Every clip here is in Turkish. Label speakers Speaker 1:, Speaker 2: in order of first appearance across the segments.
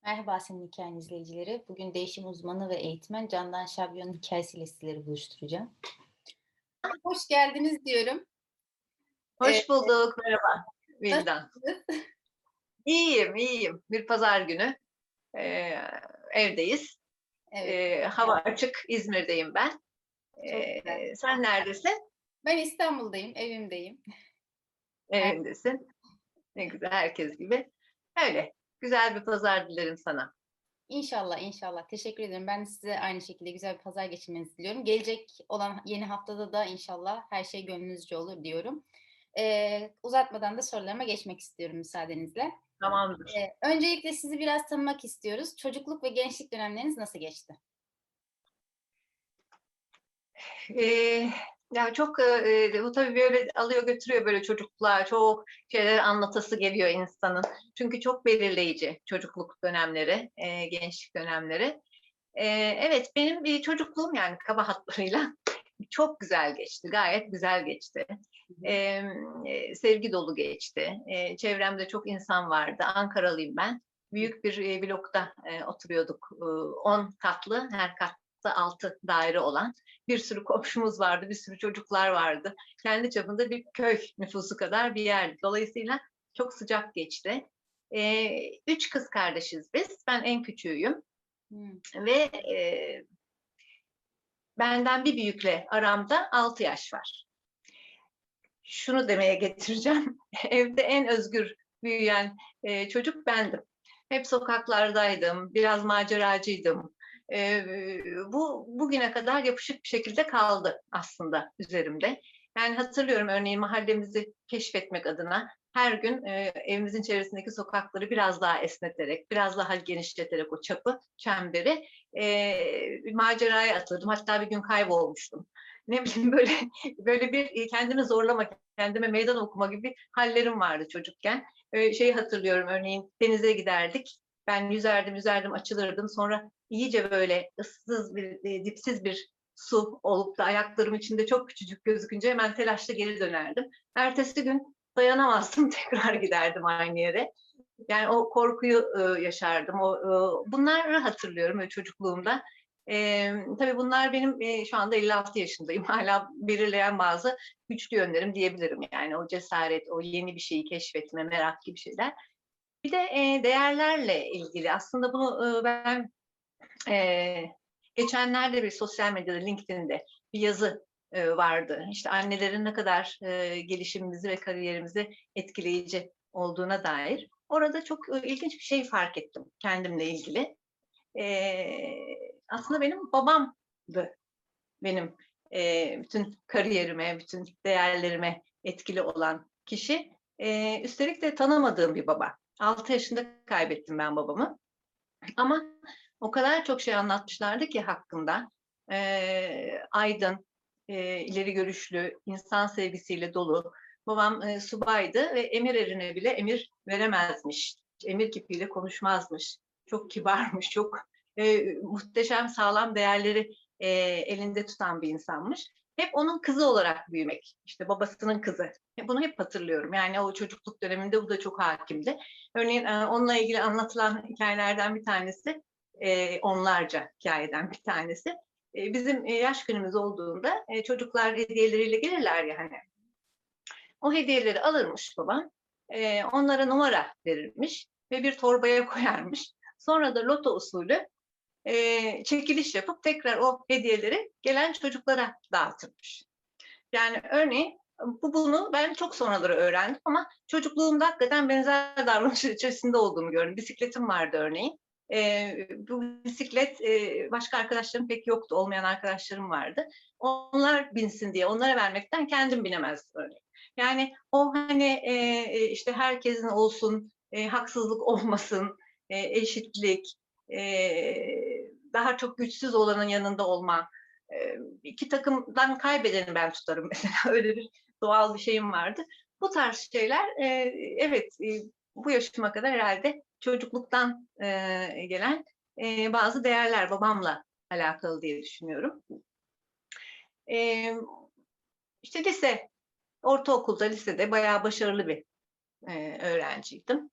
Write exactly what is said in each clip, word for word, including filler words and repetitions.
Speaker 1: Merhaba senin hikayen izleyicileri. Bugün değişim uzmanı ve eğitmen Candan Şabyon'un hikayesiyle sizleri buluşturacağım. Hoş geldiniz diyorum. Eee,
Speaker 2: Hoş bulduk. Merhaba Vildan.
Speaker 1: nasılsınız?
Speaker 2: İyiyim, iyiyim. Bir pazar günü eee, evdeyiz.
Speaker 1: Evet,
Speaker 2: Eee, hava açık. İzmir'deyim ben.
Speaker 1: çok güzel.
Speaker 2: Eee, sen neredesin?
Speaker 1: Ben İstanbul'dayım, evimdeyim. Her
Speaker 2: Evindesin. Ne güzel, herkes gibi. Öyle. Güzel bir pazar dilerim sana.
Speaker 1: İnşallah, inşallah. Teşekkür ederim. Ben de size aynı şekilde güzel bir pazar geçirmenizi diliyorum. Gelecek olan yeni haftada da inşallah her şey gönlünüzce olur diyorum. Eee, uzatmadan da sorularıma geçmek istiyorum müsaadenizle.
Speaker 2: Tamamdır.
Speaker 1: Eee, öncelikle sizi biraz tanımak istiyoruz. Çocukluk ve gençlik dönemleriniz nasıl geçti?
Speaker 2: Eee, ya çok eee, bu tabii böyle alıyor götürüyor böyle çocukluğa. Çok şeyler anlatası geliyor insanın. Çünkü çok belirleyici çocukluk dönemleri, eee, gençlik dönemleri. Eee, evet, benim bir çocukluğum, yani, kaba hatlarıyla çok güzel geçti, gayet güzel geçti.
Speaker 1: Hı hı.
Speaker 2: Emm, eee, sevgi dolu geçti. Eee, çevremde çok insan vardı. Ankaralıyım ben. Büyük bir, eee, blokta, eee, oturuyorduk. Iıı, on katlı, her katta altı daire olan. Bir sürü komşumuz vardı, bir sürü çocuklar vardı. Kendi çapında bir köy nüfusu kadar bir yerdi. Dolayısıyla çok sıcak geçti. Eee, üç kız kardeşiz biz. Ben en küçüğüyüm.
Speaker 1: Hımm.
Speaker 2: Ve eee, benden bir büyükle aramda altı yaş var. Şunu demeye getireceğim, evde en özgür büyüyen eee, çocuk bendim. Hep sokaklardaydım, biraz maceracıydım. Eee, bu bugüne kadar yapışık bir şekilde kaldı aslında üzerimde. Yani hatırlıyorum, örneğin mahallemizi keşfetmek adına her gün eee, evimizin çevresindeki sokakları biraz daha esneterek, biraz daha genişleterek o çapı, çemberi eee, bir maceraya atılırdım. Hatta bir gün kaybolmuştum. Ne bileyim böyle böyle bir kendimi zorlama, kendime meydan okuma gibi hallerim vardı çocukken. Eee, şeyi hatırlıyorum, örneğin denize giderdik. Ben yüzerdim, yüzerdim, açılırdım. Sonra iyice böyle ıssız bir, eee, dipsiz bir su olup da ayaklarım içinde çok küçücük gözükünce hemen telaşla geri dönerdim. Ertesi gün dayanamazdım, tekrar giderdim aynı yere. Yani o korkuyu ııı, yaşardım. O, ııı, bunları hatırlıyorum öyle çocukluğumda. Emm, tabii bunlar benim, eee, şu anda elli altı yaşındayım. Hâlâ belirleyen bazı güçlü yönlerim diyebilirim. Yani o cesaret, o yeni bir şeyi keşfetme, merak gibi şeyler. Bir de, eee, değerlerle ilgili aslında bunu, ııı, ben, eee, geçenlerde bir sosyal medyada, LinkedIn'de bir yazı, eee, vardı. İşte annelerin ne kadar, eee, gelişimimizi ve kariyerimizi etkileyici olduğuna dair. Orada çok, ııı, ilginç bir şey fark ettim kendimle ilgili. Eee, aslında benim babamdı benim, eee, bütün kariyerime, bütün değerlerime etkili olan kişi. Eee, üstelik de tanımadığım bir baba. altı yaşında kaybettim ben babamı ama o kadar çok şey anlatmışlardı ki hakkında. Eee, aydın, eee, ileri görüşlü, insan sevgisiyle dolu. Babam, eee, subaydı ve emir erine bile emir veremezmiş. Emir kipiyle konuşmazmış. Çok kibarmış, çok, eee, muhteşem, sağlam değerleri, eee, elinde tutan bir insanmış. Hep onun kızı olarak büyümek, işte babasının kızı. E, bunu hep hatırlıyorum. Yani o çocukluk döneminde bu da çok hâkimdi. Örneğin, eee, onunla ilgili anlatılan hikâyelerden bir tanesi, eee, onlarca hikâyeden bir tanesi. Eee, bizim, eee, yaş günümüz olduğunda, eee, çocuklar hediyeleriyle gelirler ya hani. O hediyeleri alırmış babam, eee, onlara numara verirmiş ve bir torbaya koyarmış. Sonra da loto usulü, eee, çekiliş yapıp tekrar o hediyeleri gelen çocuklara dağıtırmış. Yani örneğin bu bunu ben çok sonraları öğrendim ama çocukluğumda hakikaten benzer davranışlar içerisinde olduğumu gördüm. Bisikletim vardı örneğin. Eee, bu bisiklet, eee, başka arkadaşlarım pek yoktu. Olmayan arkadaşlarım vardı. Onlar binsin diye onlara vermekten kendim binemezdim örneğin. Yani o hani, eee, işte herkesin olsun, eee, haksızlık olmasın, eee, eşitlik, eee, daha çok güçsüz olanın yanında olma, Eee, iki takımdan kaybedeni ben tutarım mesela. Öyle bir doğal bir şeyim vardı. Bu tarz şeyler, eee, evet, eee, bu yaşıma kadar herhâlde çocukluktan, eee, gelen, eee, bazı değerler babamla alakalı diye düşünüyorum. Emm, işte lise, ortaokulda, lisede bayağı başarılı bir, eee, öğrenciydim.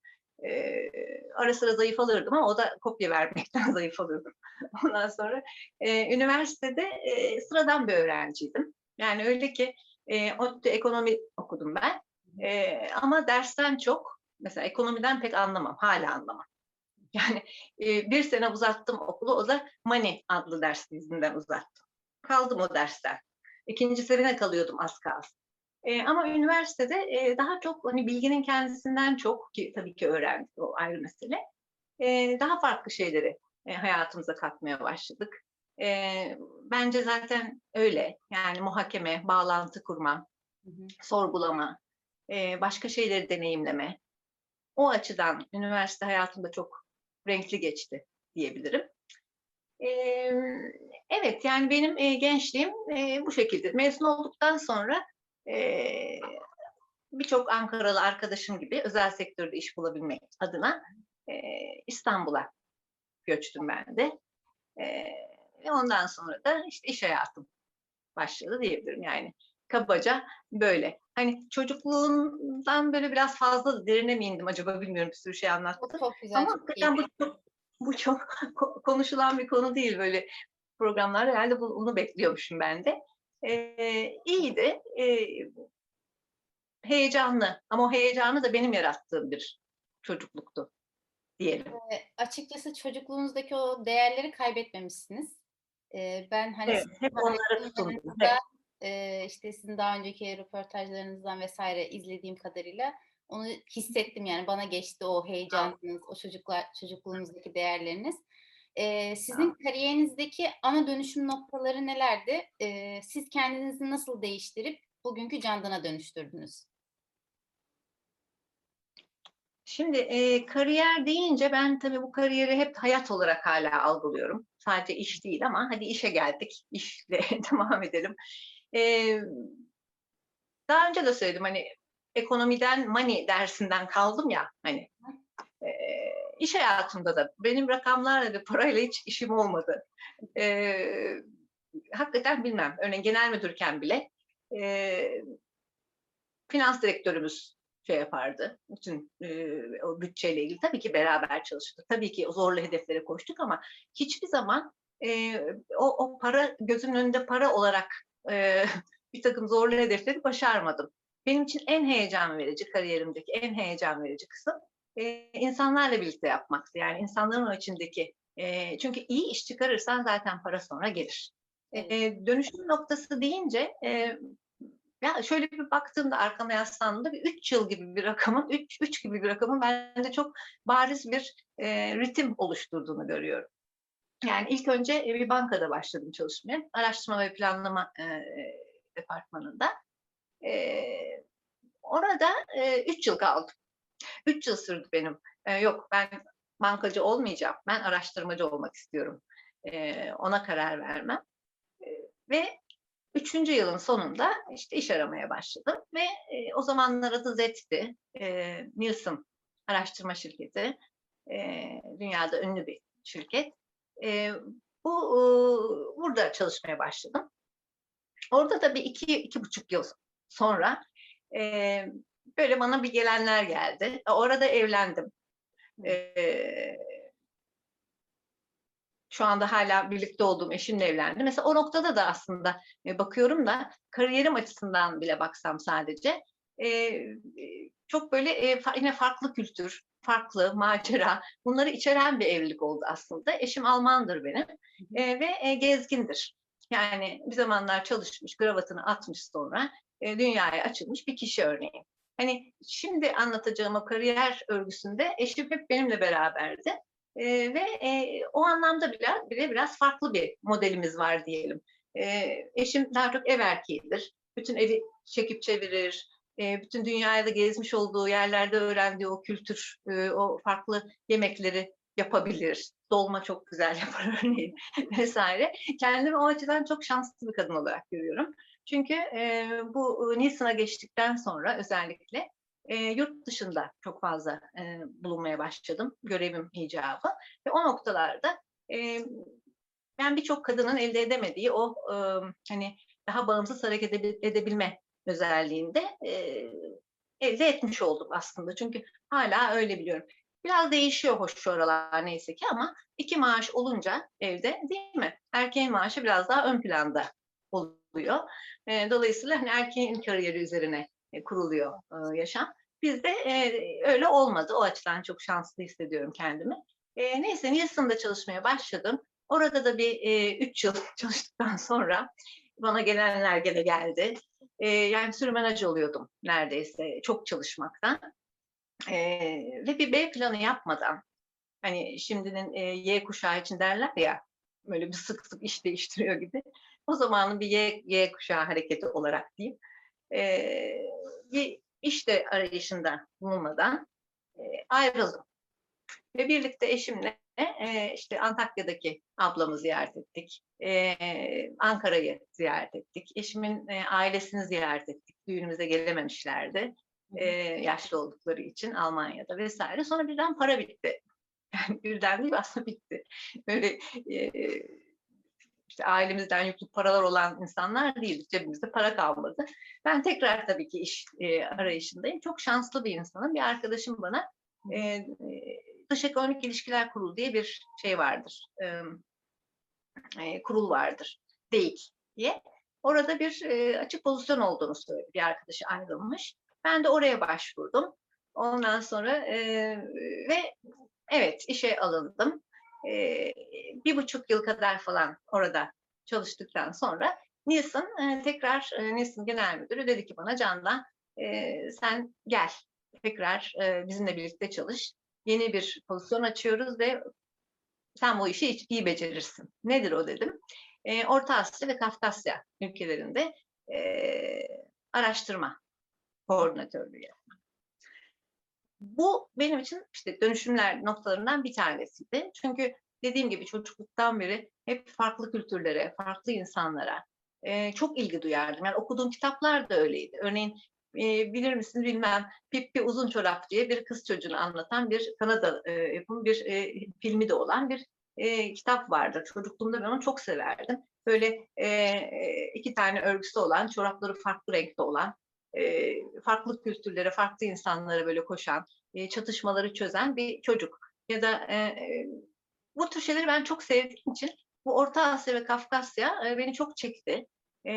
Speaker 2: E, ara sıra zayıf alırdım ama o da kopya vermekten zayıf alırdım. Ondan sonra e, üniversitede e, sıradan bir öğrenciydim. Yani öyle ki e, ODTÜ ekonomi okudum ben. E, ama dersten çok, mesela ekonomiden pek anlamam, hala anlamam. Yani e, bir sene uzattım okulu, o da Money adlı ders dizinden uzattım. Kaldım o dersten. İkinci sene kalıyordum az kalsın. E, ama üniversitede e, daha çok hani bilginin kendisinden çok, ki tabii ki öğrendik, o ayrı mesele. E, daha farklı şeyleri e, hayatımıza katmaya başladık. E, bence zaten öyle. Yani muhakeme, bağlantı kurma,
Speaker 1: Hı hı.
Speaker 2: sorgulama, e, başka şeyleri deneyimleme. O açıdan üniversite hayatımda çok renkli geçti diyebilirim. E, evet, yani benim e, gençliğim e, bu şekilde. Mezun olduktan sonra e, birçok Ankaralı arkadaşım gibi özel sektörde iş bulabilmek adına e, İstanbul'a göçtüm ben de. E, ve ondan sonra da işte iş hayatım başladı diyebilirim yani. Kabaca böyle. Hani çocukluğundan böyle biraz fazla derine mi indim acaba, bilmiyorum, bir sürü şey
Speaker 1: Çok
Speaker 2: anlattım.
Speaker 1: çok güzel,
Speaker 2: Ama
Speaker 1: çok
Speaker 2: hakikaten bu
Speaker 1: keyifli.
Speaker 2: çok, bu çok konuşulan bir konu değil böyle programlarda. Herhalde bunu bekliyormuşum ben de. Ee, iyiydi. Ee, heyecanlı. Ama o heyecanı da benim yarattığım bir çocukluktu diyelim.
Speaker 1: Eee, açıkçası çocukluğunuzdaki o değerleri kaybetmemişsiniz. Eee, ben, hani,
Speaker 2: Evet,
Speaker 1: sizin
Speaker 2: hep onlara tutundum.
Speaker 1: paylaşımlarınızda,
Speaker 2: Hep.
Speaker 1: eee, işte, sizin daha önceki röportajlarınızdan vesaire izlediğim kadarıyla onu hissettim, yani, bana geçti o heyecanınız, o çocuklar çocukluğunuzdaki değerleriniz. Eee, sizin kariyerinizdeki ana dönüşüm noktaları nelerdi? Eee, siz kendinizi nasıl değiştirip bugünkü Candan'a dönüştürdünüz?
Speaker 2: Şimdi e, kariyer deyince ben tabii bu kariyeri hep hayat olarak hala algılıyorum. Sadece iş değil, ama hadi işe geldik, işle devam edelim. E, daha önce de söyledim, hani ekonomiden, money dersinden kaldım ya, hani e, iş hayatımda da benim rakamlarla ve parayla hiç işim olmadı. E, hakikaten bilmem, örneğin genel müdürken bile e, finans direktörümüz şey yapardı. Bütün e, o bütçeyle ilgili tabii ki beraber çalıştık. Tabii ki zorlu hedeflere koştuk, ama hiçbir zaman e, o, o para, gözümün önünde para olarak e, bir takım zorlu hedefleri başarmadım. Benim için en heyecan verici, kariyerimdeki en heyecan verici kısım e, insanlarla birlikte yapmaktı. Yani insanların o içindeki, e, çünkü iyi iş çıkarırsan zaten para sonra gelir. E,
Speaker 1: Evet.
Speaker 2: dönüşüm noktası deyince e, ya şöyle bir baktığımda, arkama yaslandığımda bir üç yıl gibi bir rakamın, üç üç gibi bir rakamın bende çok bariz bir e, ritim oluşturduğunu görüyorum. Yani ilk önce e, bir bankada başladım çalışmaya. Araştırma ve planlama e, departmanında. E, orada e, üç yıl kaldım. Üç yıl sürdü benim. E, yok, ben bankacı olmayacağım. Ben araştırmacı olmak istiyorum. E, ona karar vermem. E, ve Üçüncü yılın sonunda işte iş aramaya başladım ve e, o zamanlar adı Zed'ti. E, Nielsen araştırma şirketi. E, dünyada ünlü bir şirket. E, bu e, burada çalışmaya başladım. Orada da bir iki, iki buçuk yıl sonra e, böyle bana bir gelenler geldi. Orada evlendim.
Speaker 1: Hı.
Speaker 2: E, şu anda hala birlikte olduğum eşimle evlendim. Mesela o noktada da aslında e, bakıyorum da, kariyerim açısından bile baksam sadece e, çok böyle e, fa- yine farklı kültür, farklı macera, bunları içeren bir evlilik oldu aslında. Eşim Almandır benim e, ve e, gezgindir. Yani bir zamanlar çalışmış, kravatını atmış, sonra e, dünyaya açılmış bir kişi örneğin. Hani şimdi anlatacağım o kariyer örgüsünde eşim hep benimle beraberdi. E, ve e, o anlamda bile, bile biraz farklı bir modelimiz var diyelim. E, eşim daha çok ev erkeğidir. Bütün evi çekip çevirir. E, bütün dünyada gezmiş olduğu yerlerde öğrendiği o kültür, e, o farklı yemekleri yapabilir. Dolma çok güzel yapar örneğin vesaire. Kendimi o açıdan çok şanslı bir kadın olarak görüyorum. Çünkü e, bu Nisan'a geçtikten sonra özellikle e, yurt dışında çok fazla e, bulunmaya başladım. Görevim icabı. Ve o noktalarda e, ben birçok kadının elde edemediği o e, hani daha bağımsız hareket edebilme özelliğinde e, elde etmiş oldum aslında. Çünkü hala öyle biliyorum. Biraz değişiyor hoş şu aralar neyse ki ama iki maaş olunca evde değil mi? Erkeğin maaşı biraz daha ön planda oluyor. E, dolayısıyla hani erkeğin kariyeri üzerine e, kuruluyor e, yaşam. Bizde e, öyle olmadı. O açıdan çok şanslı hissediyorum kendimi. E, neyse Nielsen'da çalışmaya başladım. Orada da bir e, üç yıl çalıştıktan sonra bana gelenler gene geldi. E, yani sürmenaj oluyordum neredeyse çok çalışmaktan. E, ve bir B planı yapmadan, hani şimdinin e, Y kuşağı için derler ya, böyle bir sık sık iş değiştiriyor gibi. O zamanın bir Y, Y kuşağı hareketi olarak diyeyim. E, bir işte arayışında bulunmadan e, ayrıldım. Ve birlikte eşimle e, işte Antakya'daki ablamı ziyaret ettik. E, Ankara'yı ziyaret ettik. Eşimin e, ailesini ziyaret ettik. Düğünümüze gelememişlerdi. E, yaşlı oldukları için Almanya'da vesaire. Sonra birden para bitti. Yani birden değil aslında bitti. Böyle e, işte ailemizden yüklü paralar olan insanlar değiliz. Cebimizde para kalmadı. Ben tekrar tabii ki iş e, arayışındayım. Çok şanslı bir insanım. Bir arkadaşım bana e, Dış Ekonomik İlişkiler Kurulu diye bir şey vardır. E, e, kurul vardır. DEİK diye. Orada bir e, açık pozisyon olduğunu söyledi. Bir arkadaşı ayrılmış. Ben de oraya başvurdum. Ondan sonra e, ve evet işe alındım. E, bir buçuk yıl kadar falan orada çalıştıktan sonra Nielsen e, tekrar e, Nielsen Genel Müdürü dedi ki bana Candan e, sen gel tekrar e, bizimle birlikte çalış. Yeni bir pozisyon açıyoruz ve sen bu işi iyi becerirsin. Nedir o dedim. E, Orta Asya ve Kafkasya ülkelerinde e, araştırma koordinatörlüğü. Bu benim için işte dönüşümler noktalarından bir tanesiydi. Çünkü dediğim gibi çocukluktan beri hep farklı kültürlere, farklı insanlara e, çok ilgi duyardım. Yani okuduğum kitaplar da öyleydi. Örneğin e, bilir misiniz bilmem Pippi Uzun Çorap diye bir kız çocuğunu anlatan bir Kanada e, yapımı bir e, filmi de olan bir e, kitap vardır. Çocukluğumda ben onu çok severdim. Böyle e, iki tane örgüsü olan, çorapları farklı renkte olan, e, farklı kültürlere, farklı insanlara böyle koşan, e, çatışmaları çözen bir çocuk. Ya da e, e, bu tür şeyleri ben çok sevdiğim için bu Orta Asya ve Kafkasya e, beni çok çekti. E,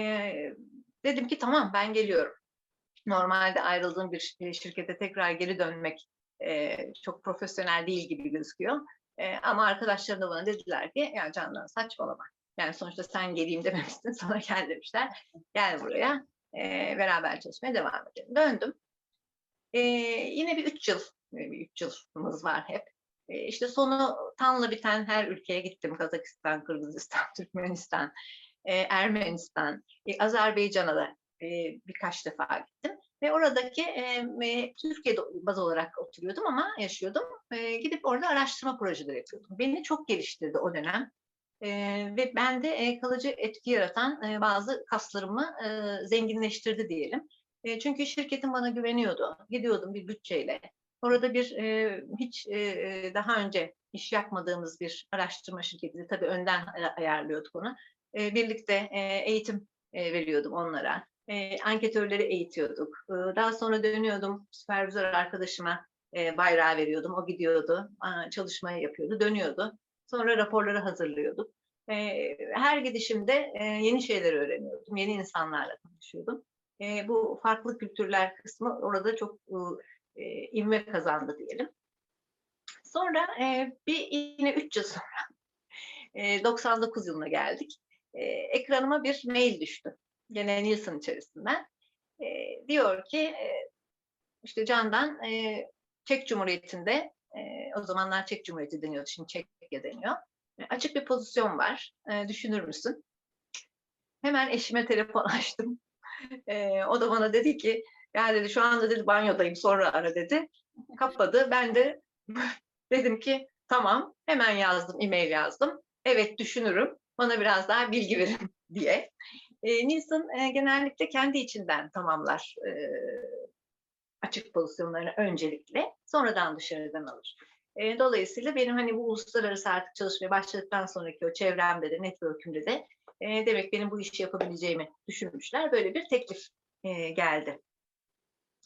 Speaker 2: dedim ki tamam ben geliyorum. Normalde ayrıldığım bir şirkete tekrar geri dönmek e, çok profesyonel değil gibi gözüküyor. E, ama arkadaşlarım da bana dediler ki ya Candan saçmalama. Yani sonuçta sen geleyim dememişsin sana gel demişler. Gel buraya e, beraber çalışmaya devam edelim. Döndüm. E, yine bir üç yıl, bir üç yılımız var hep. E, işte sonu tanla biten her ülkeye gittim. Kazakistan, Kırgızistan, Türkmenistan, e, Ermenistan, e, Azerbaycan'a da e, birkaç defa gittim. Ve oradaki e, Türkiye'de baz olarak oturuyordum ama yaşıyordum. E, gidip orada araştırma projeleri yapıyordum. Beni çok geliştirdi o dönem. E, ve bende e, kalıcı etki yaratan e, bazı kaslarımı e, zenginleştirdi diyelim. E, çünkü şirketim bana güveniyordu. Gidiyordum bir bütçeyle. Orada bir e, hiç e, daha önce iş yapmadığımız bir araştırma şirketi. Tabii önden ayarlıyorduk onu. E, birlikte e, eğitim e, veriyordum onlara. E, anketörleri eğitiyorduk. E, daha sonra dönüyordum süpervizör arkadaşıma e, bayrağı veriyordum. O gidiyordu, a, çalışmayı yapıyordu, dönüyordu. Sonra raporları hazırlıyorduk. E, her gidişimde e, yeni şeyler öğreniyordum. Yeni insanlarla tanışıyordum. E, bu farklı kültürler kısmı orada çok e, ivme kazandı diyelim. Sonra e, bir yine üç yıl sonra e, doksan dokuz yılına geldik. E, ekranıma bir mail düştü. Gene Nielsen içerisinden. E, diyor ki e, işte Candan e, Çek Cumhuriyeti'nde e, o zamanlar Çek Cumhuriyeti deniyordu, şimdi Çekya deniyor. E, açık bir pozisyon var. E, düşünür müsün? Hemen eşime telefon açtım. E, o da bana dedi ki ya dedi şu anda dedi banyodayım sonra ara dedi. Kapadı. Ben de dedim ki tamam hemen yazdım e-mail yazdım. Evet düşünürüm. Bana biraz daha bilgi verin diye. E, Nielsen e, genellikle kendi içinden tamamlar e, açık pozisyonlarını öncelikle. Sonradan dışarıdan alır. E, dolayısıyla benim hani bu uluslararası artık çalışmaya başladıktan sonraki o çevremde de network'ümde de e, demek benim bu işi yapabileceğimi düşünmüşler. Böyle bir teklif e, geldi.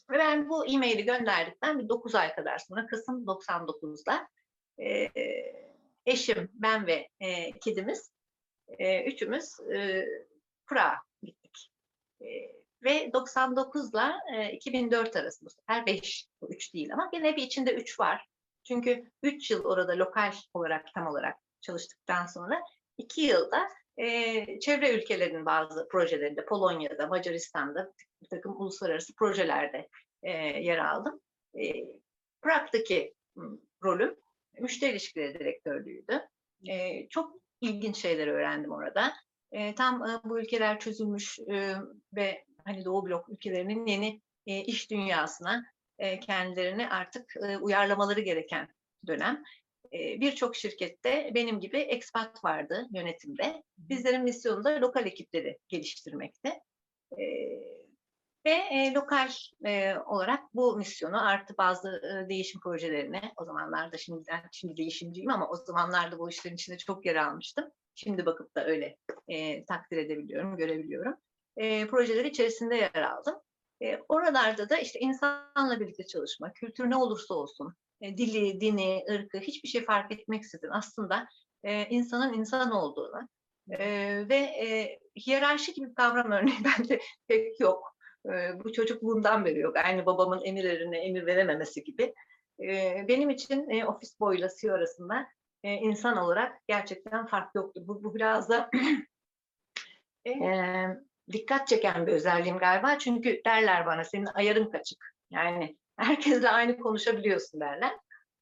Speaker 2: Ve ben bu e-maili gönderdikten bir dokuz ay kadar sonra Kasım doksan dokuzda e, eşim, ben ve e, kedimiz e, üçümüz e, Prag'a gittik. E, ve doksan dokuzla e, iki bin dört arası, bu sefer beş, üç değil ama gene bir içinde üç var. Çünkü üç yıl orada lokal olarak, tam olarak çalıştıktan sonra iki yılda e, çevre ülkelerin bazı projelerinde, Polonya'da, Macaristan'da bir takım uluslararası projelerde e, yer aldım. E, Prag'daki rolüm müşteri ilişkileri direktörlüğüydü. E, çok ilginç şeyler öğrendim orada. E, tam e, bu ülkeler çözülmüş e, ve hani Doğu Blok ülkelerinin yeni e, iş dünyasına e, kendilerini artık e, uyarlamaları gereken dönem. E, Birçok şirkette benim gibi expat vardı yönetimde. Bizlerin misyonu da lokal ekipleri geliştirmekti. E, ve e, lokal e, olarak bu misyonu artı bazı e, değişim projelerine, o zamanlarda, şimdiden şimdi değişimciyim ama o zamanlarda bu işlerin içinde çok yer almıştım. Şimdi bakıp da öyle e, takdir edebiliyorum, görebiliyorum. E, projeler içerisinde yer aldım. E, oralarda da işte insanla birlikte çalışma, kültür ne olursa olsun, e, dili, dini, ırkı hiçbir şey fark etmeksizin aslında e, insanın insan olduğunu e, ve e, hiyerarşi gibi bir kavram örneği bende pek yok. E, bu çocukluğumdan beri yok. Aynı babamın emirlerine emir verememesi gibi. E, benim için e, ofis boyla C E O arasında e, insan olarak gerçekten fark yoktu. Bu, bu biraz da e, dikkat çeken bir özelliğim galiba. Çünkü derler bana, senin ayarın kaçık. Yani herkesle aynı konuşabiliyorsun derler.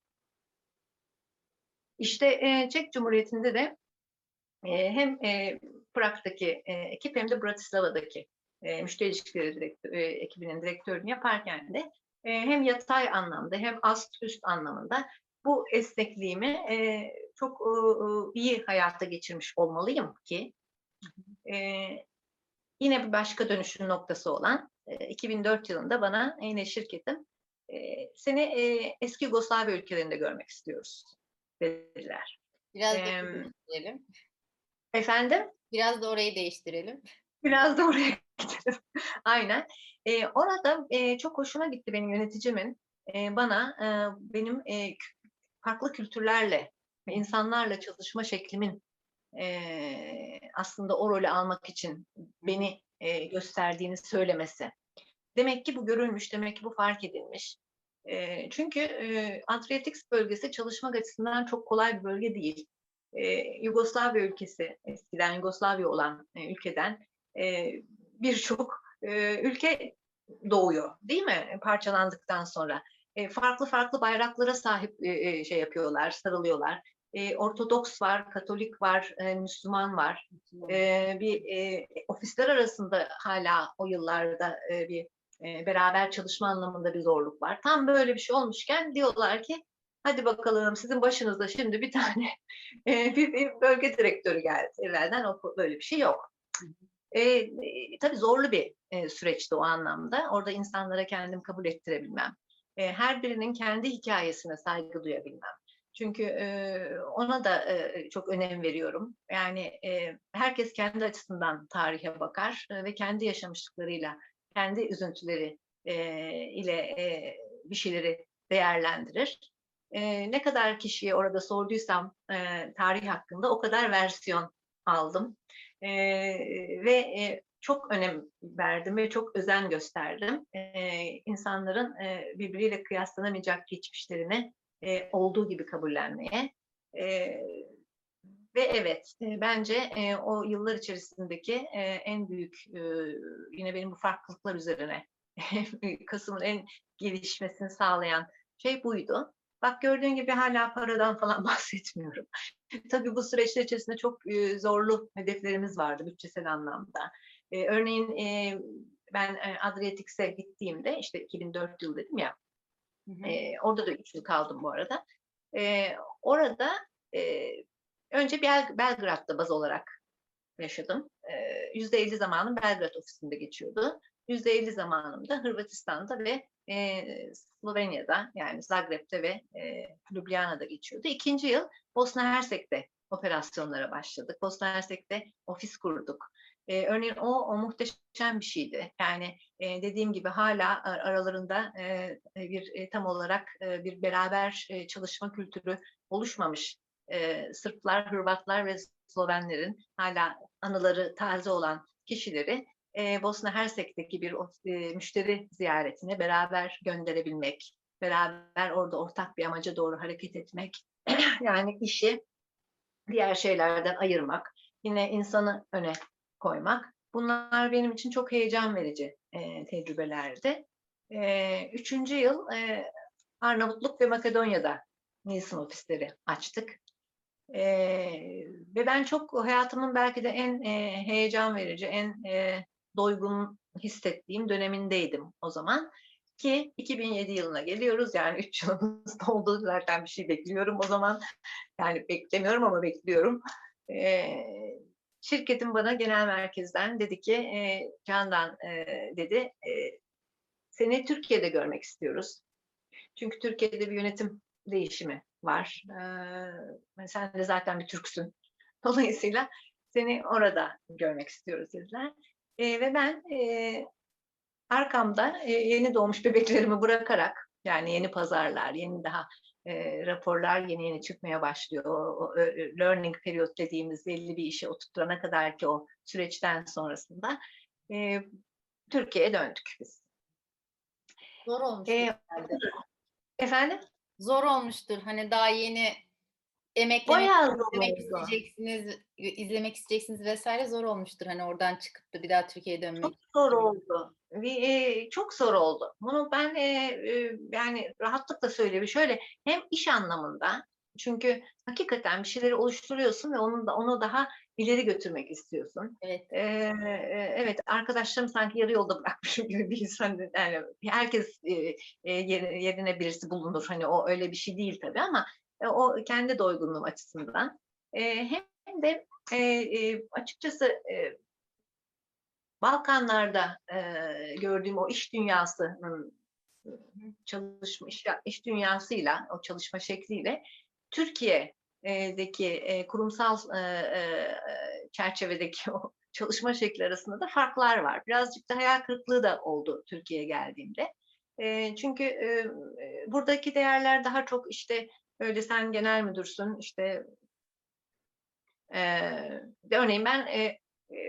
Speaker 2: İşte e, Çek Cumhuriyeti'nde de e, hem e, Prag'daki e, ekip hem de Bratislava'daki e, müşteri ilişkileri direktör, e, ekibinin direktörünü yaparken de e, hem yatay anlamda hem ast üst anlamında bu esnekliğimi e, çok e, iyi hayata geçirmiş olmalıyım ki e, yine bir başka dönüşüm noktası olan e, iki bin dört yılında bana yine şirketim e, seni e, eski Yugoslavya ülkelerinde görmek istiyoruz dediler.
Speaker 1: Biraz da
Speaker 2: E,
Speaker 1: orayı değiştirelim.
Speaker 2: efendim?
Speaker 1: Biraz da orayı değiştirelim.
Speaker 2: Biraz da oraya gidelim. Aynen. Ee, orada e, çok hoşuma gitti benim yöneticimin e, bana e, benim e, farklı kültürlerle ve insanlarla çalışma şeklimin e, aslında o rolü almak için beni e, gösterdiğini söylemesi. Demek ki bu görülmüş, demek ki bu fark edilmiş. E, çünkü e, Adriyatik bölgesi çalışmak açısından çok kolay bir bölge değil. E, Yugoslavya ülkesi, eskiden Yugoslavya olan e, ülkeden e, birçok e, ülke doğuyor, değil mi? Parçalandıktan sonra. E, farklı farklı bayraklara sahip e, şey yapıyorlar, sarılıyorlar. E, Ortodoks var, Katolik var, e, Müslüman var. E, bir e, ofisler arasında hala o yıllarda e, bir e, beraber çalışma anlamında bir zorluk var. Tam böyle bir şey olmuşken diyorlar ki hadi bakalım sizin başınızda şimdi bir tane e, bir, bir bölge direktörü geldi. Evvelden o, böyle bir şey yok. E, e, tabii zorlu bir e, süreçti o anlamda. Orada insanlara kendim kabul ettirebilmem. E, her birinin kendi hikayesine saygı duyabilmem. Çünkü e, ona da e, çok önem veriyorum. Yani e, herkes kendi açısından tarihe bakar e, ve kendi yaşamışlıklarıyla, kendi üzüntüleri e, ile e, bir şeyleri değerlendirir. E, ne kadar kişiye orada sorduysam e, tarih hakkında o kadar versiyon aldım. E, ve e, çok önem verdim ve çok özen gösterdim. E, insanların e, birbiriyle kıyaslanamayacak geçmişlerini e, olduğu gibi kabullenmeye. E, ve evet, e, bence e, o yıllar içerisindeki e, en büyük, e, yine benim bu farklılıklar üzerine Kasım'ın en gelişmesini sağlayan şey buydu. Bak gördüğün gibi hala paradan falan bahsetmiyorum. Tabii bu süreçler içerisinde çok e, zorlu hedeflerimiz vardı bütçesel anlamda. E, örneğin e, ben e, Adriyatik'e gittiğimde işte iki bin dört yıl dedim ya,
Speaker 1: Hı hı.
Speaker 2: e, orada da üç yıl kaldım bu arada. E, orada e, önce Bel Belgrad'da baz olarak yaşadım. Yüzde elli zamanım Belgrad ofisinde geçiyordu. Yüzde elli zamanım da Hırvatistan'da ve e, Slovenya'da, yani Zagreb'te ve e, Ljubljana'da geçiyordu. İkinci yıl Bosna Hersek'te operasyonlara başladık. Bosna Hersek'te ofis kurduk. E, örneğin o, o muhteşem bir şeydi. Yani e, dediğim gibi hala aralarında e, bir e, tam olarak e, bir beraber e, çalışma kültürü oluşmamış. E, Sırplar, Hırvatlar ve Slovenlerin hala anıları taze olan kişileri e, Bosna Hersek'teki bir e, müşteri ziyaretine beraber gönderebilmek, beraber orada ortak bir amaca doğru hareket etmek, yani işi diğer şeylerden ayırmak, yine insanı öne koymak. Bunlar benim için çok heyecan verici e, tecrübelerdi. E, üçüncü yıl e, Arnavutluk ve Makedonya'da Nielsen ofisleri açtık. E, Ve ben çok hayatımın belki de en e, heyecan verici, en e, doygun hissettiğim dönemindeydim o zaman. Ki iki bin yedi yılına geliyoruz, yani üç yılımız doldu, zaten bir şey bekliyorum o zaman. Yani beklemiyorum ama bekliyorum. E, Şirketin bana genel merkezden dedi ki, e, Candan e, dedi, e, seni Türkiye'de görmek istiyoruz. Çünkü Türkiye'de bir yönetim değişimi var. E, sen de zaten bir Türksün. Dolayısıyla seni orada görmek istiyoruz dediler. E, ve ben e, arkamda e, yeni doğmuş bebeklerimi bırakarak, yani yeni pazarlar, yeni daha e, raporlar yeni yeni çıkmaya başlıyor. O, o, learning period dediğimiz belli bir işe oturtana kadar ki o süreçten sonrasında e, Türkiye'ye döndük biz.
Speaker 1: Zor olmuştur
Speaker 2: E,
Speaker 1: herhalde.
Speaker 2: Efendim?
Speaker 1: Zor olmuştur. Hani daha yeni emeklemek
Speaker 2: Bayağı zor
Speaker 1: izlemek
Speaker 2: oldu.
Speaker 1: isteyeceksiniz, izlemek isteyeceksiniz vesaire zor olmuştur. Hani oradan çıkıp da bir daha Türkiye'ye
Speaker 2: Çok
Speaker 1: dönmek.
Speaker 2: zor oldu. Bir, e, çok zor oldu. Bunu ben e, e, yani rahatlıkla söyleyeyim. Şöyle, hem iş anlamında, çünkü hakikaten bir şeyleri oluşturuyorsun ve onu da onu daha ileri götürmek istiyorsun.
Speaker 1: Evet.
Speaker 2: E, e, evet, arkadaşlarım sanki yarı yolda bırakmışım gibi bir insan. Yani herkes e, e, yerine birisi bulunur. Hani o öyle bir şey değil tabii, ama e, o kendi doygunluğum açısından. E, hem de e, e, açıkçası e, Balkanlarda e, gördüğüm o iş dünyasının çalışma iş, iş dünyasıyla, o çalışma şekliyle Türkiye'deki e, kurumsal e, e, çerçevedeki o çalışma şekli arasında da farklar var. Birazcık da hayal kırıklığı da oldu Türkiye'ye geldiğimde. E, çünkü e, buradaki değerler daha çok işte öyle, sen genel müdürsün işte, e, örneğin ben e, e,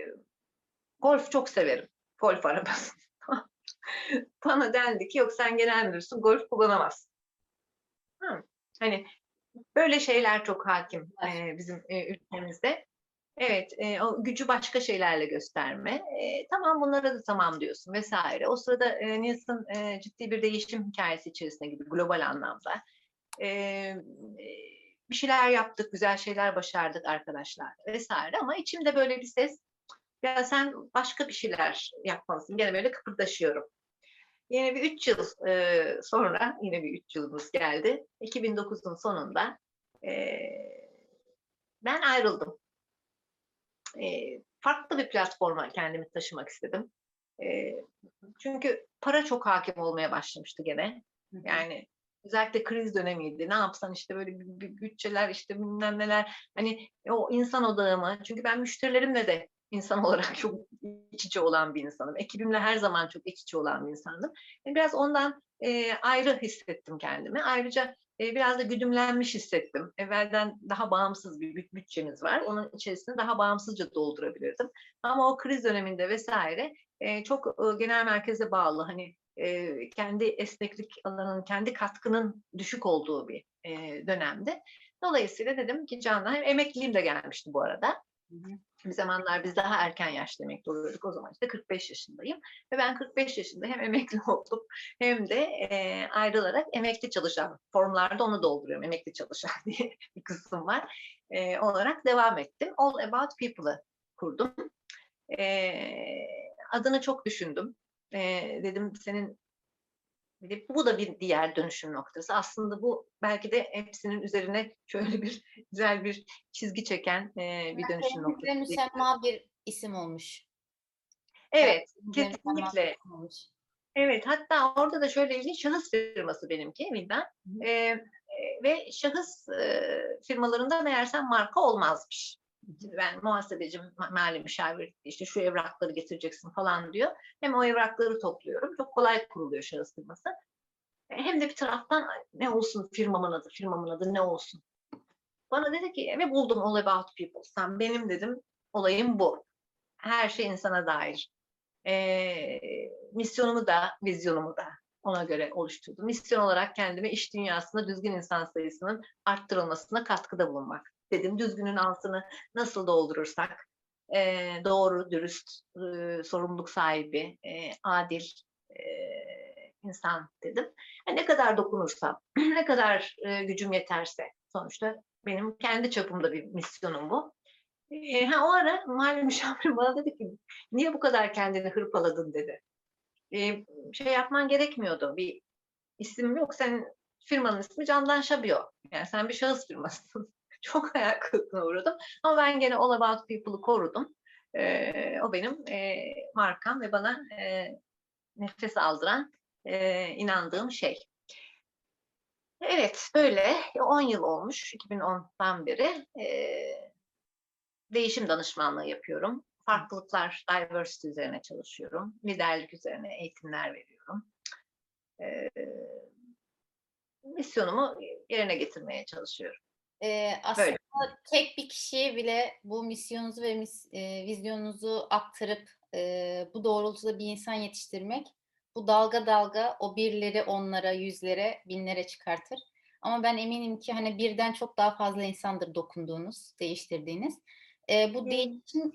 Speaker 2: golf çok severim. Golf arabası. Bana dendi ki yok, sen genel müdürsün, golf kullanamazsın. Hı. Hani böyle şeyler çok hakim
Speaker 1: Var.
Speaker 2: e, bizim e, ülkemizde. Evet, e, o gücü başka şeylerle gösterme. E, tamam, bunlara da tamam diyorsun vesaire. O sırada e, Nielsen e, ciddi bir değişim hikayesi içerisine gidiyor global anlamda. E, e, Bir şeyler yaptık, güzel şeyler başardık arkadaşlar vesaire, ama içimde böyle bir ses, ya sen başka bir şeyler yapmalısın. Gene böyle kıpırdaşıyorum. Yine bir üç yıl e, sonra, yine bir üç yılımız geldi. iki bin dokuzun sonunda e, ben ayrıldım. E, Farklı bir platforma kendimi taşımak istedim. E, Çünkü para çok hakim olmaya başlamıştı gene. Yani özellikle kriz dönemiydi. Ne yapsan işte böyle bir, bir bütçeler, işte bilmem neler. Hani o insan odağımı, çünkü ben müşterilerimle de insan olarak çok iç içe olan bir insanım. Ekibimle her zaman çok iç içe olan bir insandım. Yani biraz ondan e, ayrı hissettim kendimi. Ayrıca e, biraz da güdümlenmiş hissettim. Evvelden daha bağımsız bir bütçemiz var. Onun içerisinde daha bağımsızca doldurabilirdim. Ama o kriz döneminde vesaire e, çok e, genel merkeze bağlı, hani e, kendi esneklik alanının, kendi katkının düşük olduğu bir e, dönemde. Dolayısıyla dedim ki Can'la, hem emekliliğim de gelmişti bu arada.
Speaker 1: Hı hı.
Speaker 2: Bir zamanlar biz daha erken yaşta emekli oluyorduk. O zaman işte kırk beş yaşındayım. Ve ben kırk beş yaşında hem emekli oldum hem de e, ayrılarak emekli çalışan, formlarda onu dolduruyorum, emekli çalışan diye bir kısım var. E, olarak devam ettim. All About People'ı kurdum. E, Adını çok düşündüm. E, Dedim senin, bu da bir diğer dönüşüm noktası. Aslında bu belki de hepsinin üzerine şöyle bir güzel bir çizgi çeken e, bir dönüşüm noktası.
Speaker 1: Karakterinize müsemma bir isim olmuş.
Speaker 2: Evet,
Speaker 1: Karakterinize müsemma bir
Speaker 2: kesinlikle.
Speaker 1: isim olmuş.
Speaker 2: Evet, hatta orada da şöyle ilginç, şahıs firması benimki, Vildan. Ee, ve şahıs e, firmalarında meğersem marka olmazmış. Şimdi ben muhasebecim, ma- mali müşavir, işte şu evrakları getireceksin falan diyor. Hem o evrakları topluyorum. Çok kolay kuruluyor şahıs firması. E, Hem de bir taraftan "Ay, ne olsun firmamın adı, firmamın adı ne olsun?" Bana dedi ki ve buldum All About People. Sen benim dedim olayım bu. Her şey insana dair. Eee, misyonumu da, vizyonumu da ona göre oluşturdum. Misyon olarak kendime iş dünyasında düzgün insan sayısının arttırılmasına katkıda bulunmak dedim. Düzgünün altını nasıl doldurursak, eee, doğru, dürüst, ııı, sorumluluk sahibi, eee, adil, eee, insan dedim. E, ne kadar dokunursam, ne kadar, eee, gücüm yeterse sonuçta benim kendi çapımda bir misyonum bu. Eee, ha, o ara mali müşavirim bana dedi ki, "Niye bu kadar kendini hırpaladın?" dedi. Eee, şey yapman gerekmiyordu, bir isim yok, senin firmanın ismi Candan Şabiyo. Yani sen bir şahıs firmasısın. Çok hayal kırıklığına uğradım ama ben gene All About People'ı korudum. Eee, o benim, eee, markam ve bana, eee, nefes aldıran, eee, inandığım şey. Evet, böyle on yıl olmuş iki bin ondan beri. Eee Değişim danışmanlığı yapıyorum. Farklılıklar, diversity üzerine çalışıyorum. Liderlik üzerine eğitimler veriyorum. Eee, misyonumu yerine getirmeye çalışıyorum.
Speaker 1: Eee,
Speaker 2: Böyle.
Speaker 1: aslında tek bir kişiye bile bu misyonunuzu ve mis eee, vizyonunuzu aktarıp, eee, bu doğrultuda bir insan yetiştirmek, bu dalga dalga o birleri onlara, yüzlere, binlere çıkartır. Ama ben eminim ki, hani, birden çok daha fazla insandır dokunduğunuz, değiştirdiğiniz. Eee, bu
Speaker 2: Eee,
Speaker 1: değişim.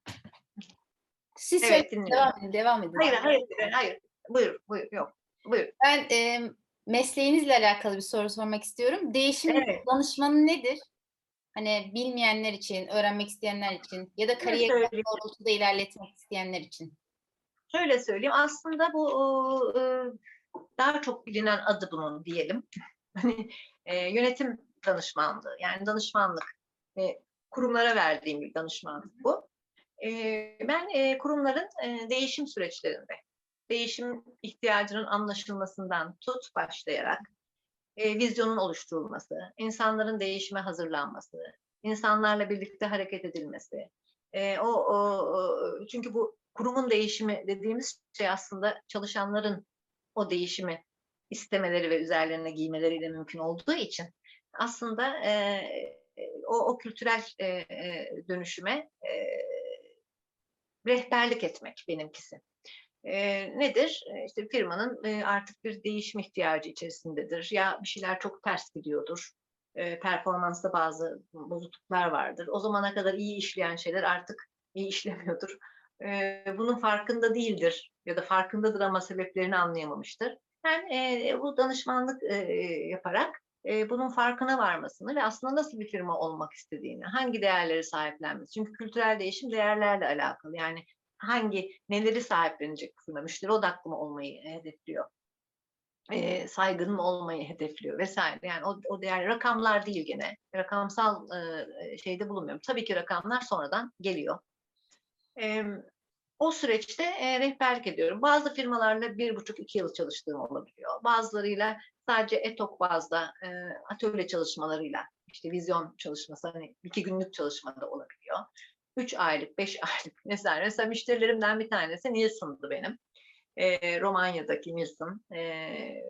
Speaker 1: Siz söyleyin,
Speaker 2: evet, dinliyorum.
Speaker 1: devam edin, devam edin.
Speaker 2: Hayır, hayır, hayır. Buyur, buyur. Yok, buyur.
Speaker 1: Ben, emm, mesleğinizle alakalı bir soru sormak istiyorum. Değişim
Speaker 2: Evet,
Speaker 1: danışmanı nedir? Hani, bilmeyenler için, öğrenmek isteyenler için ya da
Speaker 2: şöyle
Speaker 1: kariyerini
Speaker 2: söyleyeyim,
Speaker 1: doğrultuda ilerletmek isteyenler için.
Speaker 2: şöyle söyleyeyim. Aslında bu, ııı, daha çok bilinen adı bunun diyelim. Hani, eee, yönetim danışmanlığı, yani danışmanlık, eee, kurumlara verdiğim bir danışmanlık bu. Eee, ben, eee, kurumların, eee, değişim süreçlerinde, değişim ihtiyacının anlaşılmasından tut başlayarak, eee, vizyonun oluşturulması, insanların değişime hazırlanması, insanlarla birlikte hareket edilmesi, eee, o o o çünkü bu kurumun değişimi dediğimiz şey aslında çalışanların o değişimi istemeleri ve üzerlerine giymeleriyle mümkün olduğu için aslında, eee, o o kültürel, eee, eee, dönüşüme, eee rehberlik etmek benimkisi. Eee, nedir? Eee, işte firmanın, eee, artık bir değişim ihtiyacı içerisindedir. Ya bir şeyler çok ters gidiyordur. Eee, performansta bazı bozukluklar vardır. O zamana kadar iyi işleyen şeyler artık iyi işlemiyordur. Eee, bunun farkında değildir ya da farkındadır ama sebeplerini anlayamamıştır. Ben, eee, bu danışmanlık, eee, yaparak, eee, bunun farkına varmasını ve aslında nasıl bir firma olmak istediğini, hangi değerleri sahiplenmesi. Çünkü kültürel değişim değerlerle alakalı. Yani hangi, neleri sahiplenecek bu firma? Müşteri odaklı mı olmayı hedefliyor? Eee, saygın mı olmayı hedefliyor vesaire. Yani o o değer rakamlar değil gene. Rakamsal, ııı, şeyde bulunmuyorum. Tabii ki rakamlar sonradan geliyor. Emm, o süreçte, eee, rehberlik ediyorum. Bazı firmalarla bir buçuk iki yıl çalıştığım olabiliyor. Bazılarıyla sadece ad hoc bazda, eee, atölye çalışmalarıyla, işte, vizyon çalışması, hani, iki günlük çalışma da olabiliyor. Üç aylık, beş aylık vesaire. Mesela müşterilerimden bir tanesi Nielsen'dı benim. Eee, Romanya'daki Nielsen. Eee,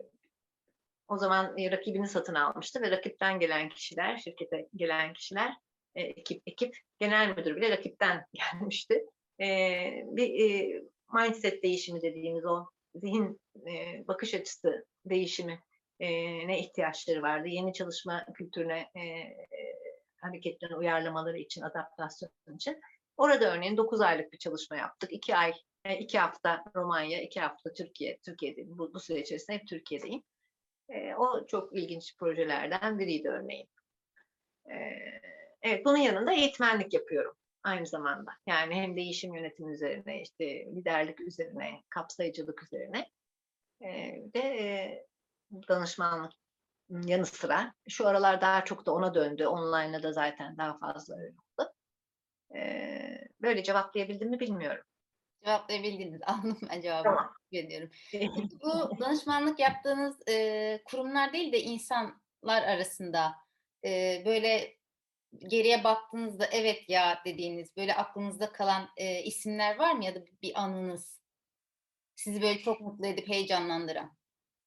Speaker 2: o zaman, eee, rakibini satın almıştı ve rakipten gelen kişiler, şirkete gelen kişiler, eee, ekip ekip, genel müdür bile rakipten gelmişti. Eee, bir, eee, mindset değişimi dediğimiz o zihin, eee, bakış açısı değişimi eee, ne ihtiyaçları vardı? Yeni çalışma kültürüne, eee, hareketlerini uyarlamaları için, adaptasyon için. Orada örneğin dokuz aylık bir çalışma yaptık. iki ay, eee, iki hafta Romanya, iki hafta Türkiye. Türkiye'deyim. Bu, bu süre içerisinde hep Türkiye'deyim. Eee, o çok ilginç projelerden biriydi örneğin. Eee, evet, bunun yanında eğitmenlik yapıyorum aynı zamanda. Yani hem değişim yönetimi üzerine, işte liderlik üzerine, kapsayıcılık üzerine, eee, bir de, eee, danışmanlık yanı sıra şu aralar daha çok da ona döndü. Online'la da zaten daha fazla öyle oldu. Eee, böyle cevaplayabildim mi bilmiyorum.
Speaker 1: Cevaplayabildiniz. Aldım ben cevabınızı.
Speaker 2: Tamam.
Speaker 1: Teşekkür ediyorum. Peki bu danışmanlık yaptığınız, eee, kurumlar değil de insanlar arasında, eee, böyle geriye baktığınızda evet ya dediğiniz, böyle aklınızda kalan, eee, isimler var mı ya da bir anınız? Sizi böyle çok mutlu edip heyecanlandıran?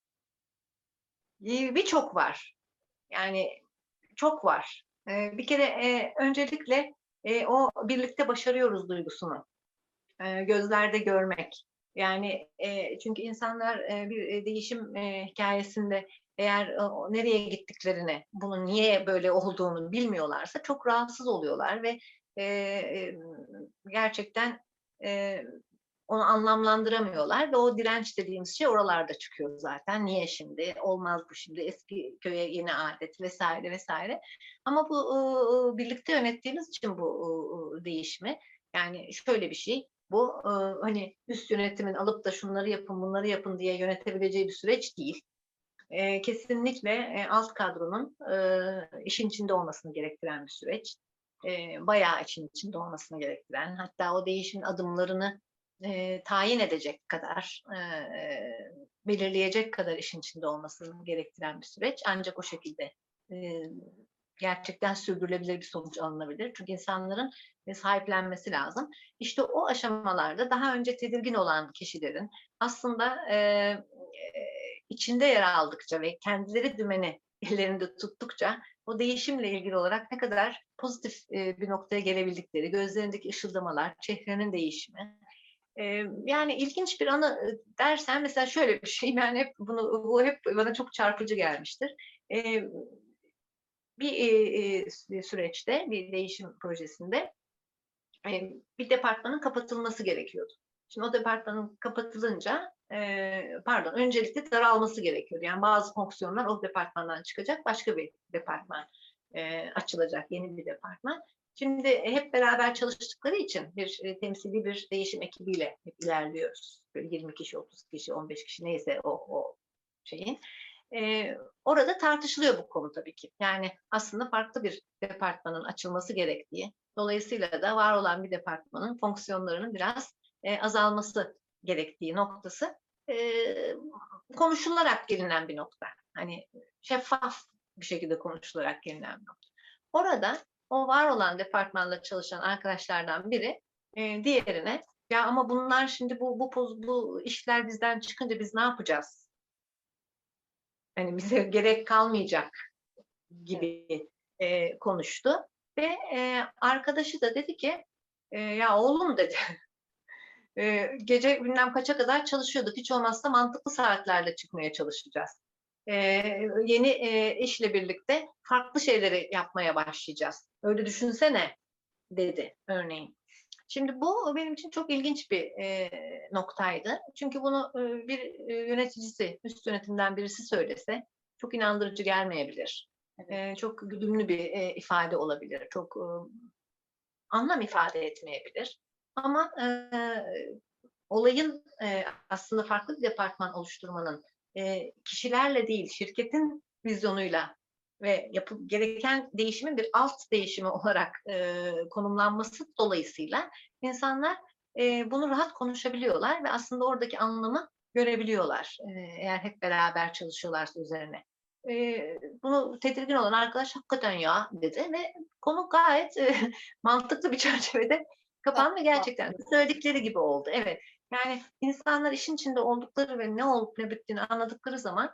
Speaker 2: İii, birçok var. Yani çok var. Eee, bir kere, eee, öncelikle, eee, o birlikte başarıyoruz duygusunu, eee, gözlerde görmek. Yani, eee, çünkü insanlar, eee, bir, eee, değişim, eee, hikâyesinde eğer o o nereye gittiklerini, bunun niye böyle olduğunu bilmiyorlarsa çok rahatsız oluyorlar ve, eee, emm, gerçekten, eee, onu anlamlandıramıyorlar ve o direnç dediğimiz şey oralarda çıkıyor zaten. Niye şimdi? Olmaz bu şimdi. Eski köye yeni âdet vesaire vesaire. Ama bu, ııı, birlikte yönettiğimiz için bu, uuu, değişimi, yani şöyle bir şey, bu, ııı, hani üst yönetimin alıp da şunları yapın, bunları yapın diye yönetebileceği bir süreç değil. Eee, kesinlikle, eee, alt kadronun, ııı, işin içinde olmasını gerektiren bir süreç. Eee, bayağı işin içinde olmasını gerektiren, hatta o değişimin adımlarını, eee, tayin edecek kadar, eee, belirleyecek kadar işin içinde olmasını gerektiren bir süreç. Ancak o şekilde, eee, gerçekten sürdürülebilir bir sonuç alınabilir. Çünkü insanların, eee, sahiplenmesi lazım. İşte o aşamalarda daha önce tedirgin olan kişilerin aslında, eee, içinde yer aldıkça ve kendileri dümeni ellerinde tuttukça o değişimle ilgili olarak ne kadar pozitif, eee, bir noktaya gelebildikleri, gözlerindeki ışıldamalar, çehrenin değişimi. Eee, yani ilginç bir anı, ııı, dersen mesela şöyle bir şey, ben hep bunu bu hep bana çok çarpıcı gelmiştir. Eee, bir, eee, eee, sü süreçte, bir değişim projesinde, eee, bir departmanın kapatılması gerekiyordu. Şimdi o departmanın kapatılınca, eee, pardon, öncelikle daralması gerekiyordu. Yani bazı fonksiyonlar o departmandan çıkacak, başka bir departman, eee, açılacak, yeni bir departman. Şimdi hep beraber çalıştıkları için bir, eee, temsili bir değişim ekibiyle hep ilerliyoruz. Böyle yirmi kişi, otuz kişi, on beş kişi neyse o o şeyin. Eee, orada tartışılıyor bu konu tabii ki. Yani aslında farklı bir departmanın açılması gerektiği, dolayısıyla da var olan bir departmanın fonksiyonlarının biraz, eee, azalması gerektiği noktası, eee, konuşularak gelinen bir nokta. Hani şeffaf bir şekilde konuşularak gelinen bir nokta. Orada o var olan departmanda çalışan arkadaşlardan biri, eee, diğerine "Ya ama bunlar şimdi bu bu poz bu işler bizden çıkınca biz ne yapacağız? Hani bize gerek kalmayacak."
Speaker 1: Evet.
Speaker 2: gibi, eee, konuştu ve, eee, arkadaşı da dedi ki, eee, "Ya oğlum" dedi, eee, "gece bilmem kaça kadar çalışıyorduk. Hiç olmazsa mantıklı saatlerde çıkmaya çalışacağız. Eee, yeni, eee, işle birlikte farklı şeyleri yapmaya başlayacağız. Öyle düşünsene." dedi örneğin. Şimdi bu benim için çok ilginç bir, eee, noktaydı. Çünkü bunu, ııı, bir, eee, yöneticisi, üst yönetimden birisi söylese çok inandırıcı gelmeyebilir.
Speaker 1: Evet.
Speaker 2: Eee, çok güdümlü bir, eee, ifade olabilir. Çok, ııı, anlam ifade etmeyebilir. Ama, eee, olayın, eee, aslında farklı bir departman oluşturmanın, eee, kişilerle değil, şirketin vizyonuyla ve yapı gereken değişimin bir alt değişimi olarak, eee, konumlanması dolayısıyla insanlar, eee, bunu rahat konuşabiliyorlar ve aslında oradaki anlamı görebiliyorlar, eee, eğer hep beraber çalışıyorlarsa üzerine. Eee, bunu tedirgin olan arkadaş "Hakikaten ya!" dedi ve konu gayet, eee, mantıklı bir çerçevede kapandı. Gerçekten de söyledikleri gibi oldu. Evet. Yani insanlar işin içinde oldukları ve ne olup ne bittiğini anladıkları zaman,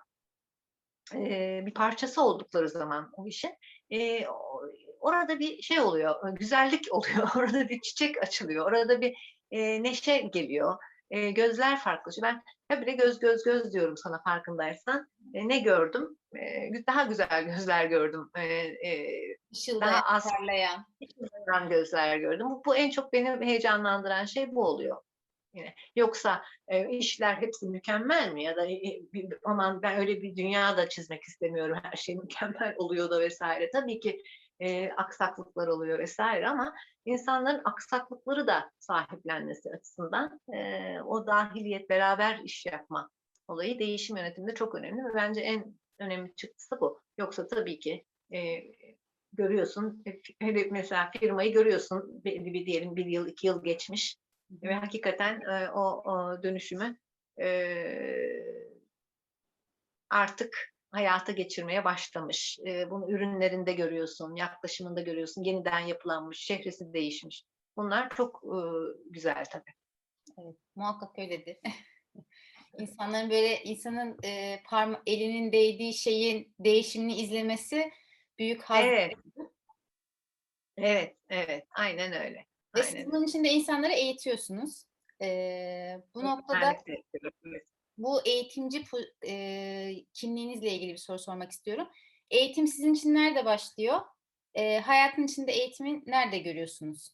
Speaker 2: eee, bir parçası oldukları zaman o işin, eee, o orada bir şey oluyor, ııı, güzellik oluyor. Orada bir çiçek açılıyor. Orada bir, eee, neşe geliyor. Eee, gözler farklılaşıyor. Ben habire göz, göz, göz diyorum sana farkındaysan. Eee, ne gördüm? Eee, gü daha güzel gözler gördüm. Eee, eee,
Speaker 1: Işıldayan,
Speaker 2: daha az
Speaker 1: parlayan.
Speaker 2: gözler gördüm. Bu bu en çok beni heyecanlandıran şey bu oluyor yine. Yoksa, eee, işler hepsi mükemmel mi ya da, eee, bir aman ben öyle bir dünya da çizmek istemiyorum, her şey mükemmel oluyor da vesaire. Tabii ki, eee, aksaklıklar oluyor vesaire ama insanların aksaklıkları da sahiplenmesi açısından, eee, o dâhiliyet, beraber iş yapma olayı değişim yönetiminde çok önemli ve bence en önemli çıktısı bu. Yoksa tabii ki, eee, görüyorsun, e hele mesela firmayı görüyorsun, belli bir diyelim bir yıl, iki yıl geçmiş
Speaker 1: Hı
Speaker 2: ve
Speaker 1: hı.
Speaker 2: hakikaten, eee, o o dönüşümü, eee artık, hayata geçirmeye başlamış. E, bunu ürünlerinde görüyorsun, yaklaşımında görüyorsun, yeniden yapılanmış, şehresi değişmiş. Bunlar çok e, güzel tabii.
Speaker 1: Evet, muhakkak öyledir. İnsanların böyle insanın, eee, parma elinin değdiği şeyin değişimini izlemesi büyük haz
Speaker 2: Evet, evet, evet. Aynen öyle.
Speaker 1: ve siz
Speaker 2: Aynen öyle.
Speaker 1: bunun için de insanları eğitiyorsunuz. Eee, bu noktada
Speaker 2: Eğitmenlik de yapıyorum. Evet.
Speaker 1: bu eğitimci pu eee, kimliğinizle ilgili bir soru sormak istiyorum. Eğitim sizin için nerede başlıyor? Eee, hayatın içinde eğitimi nerede görüyorsunuz?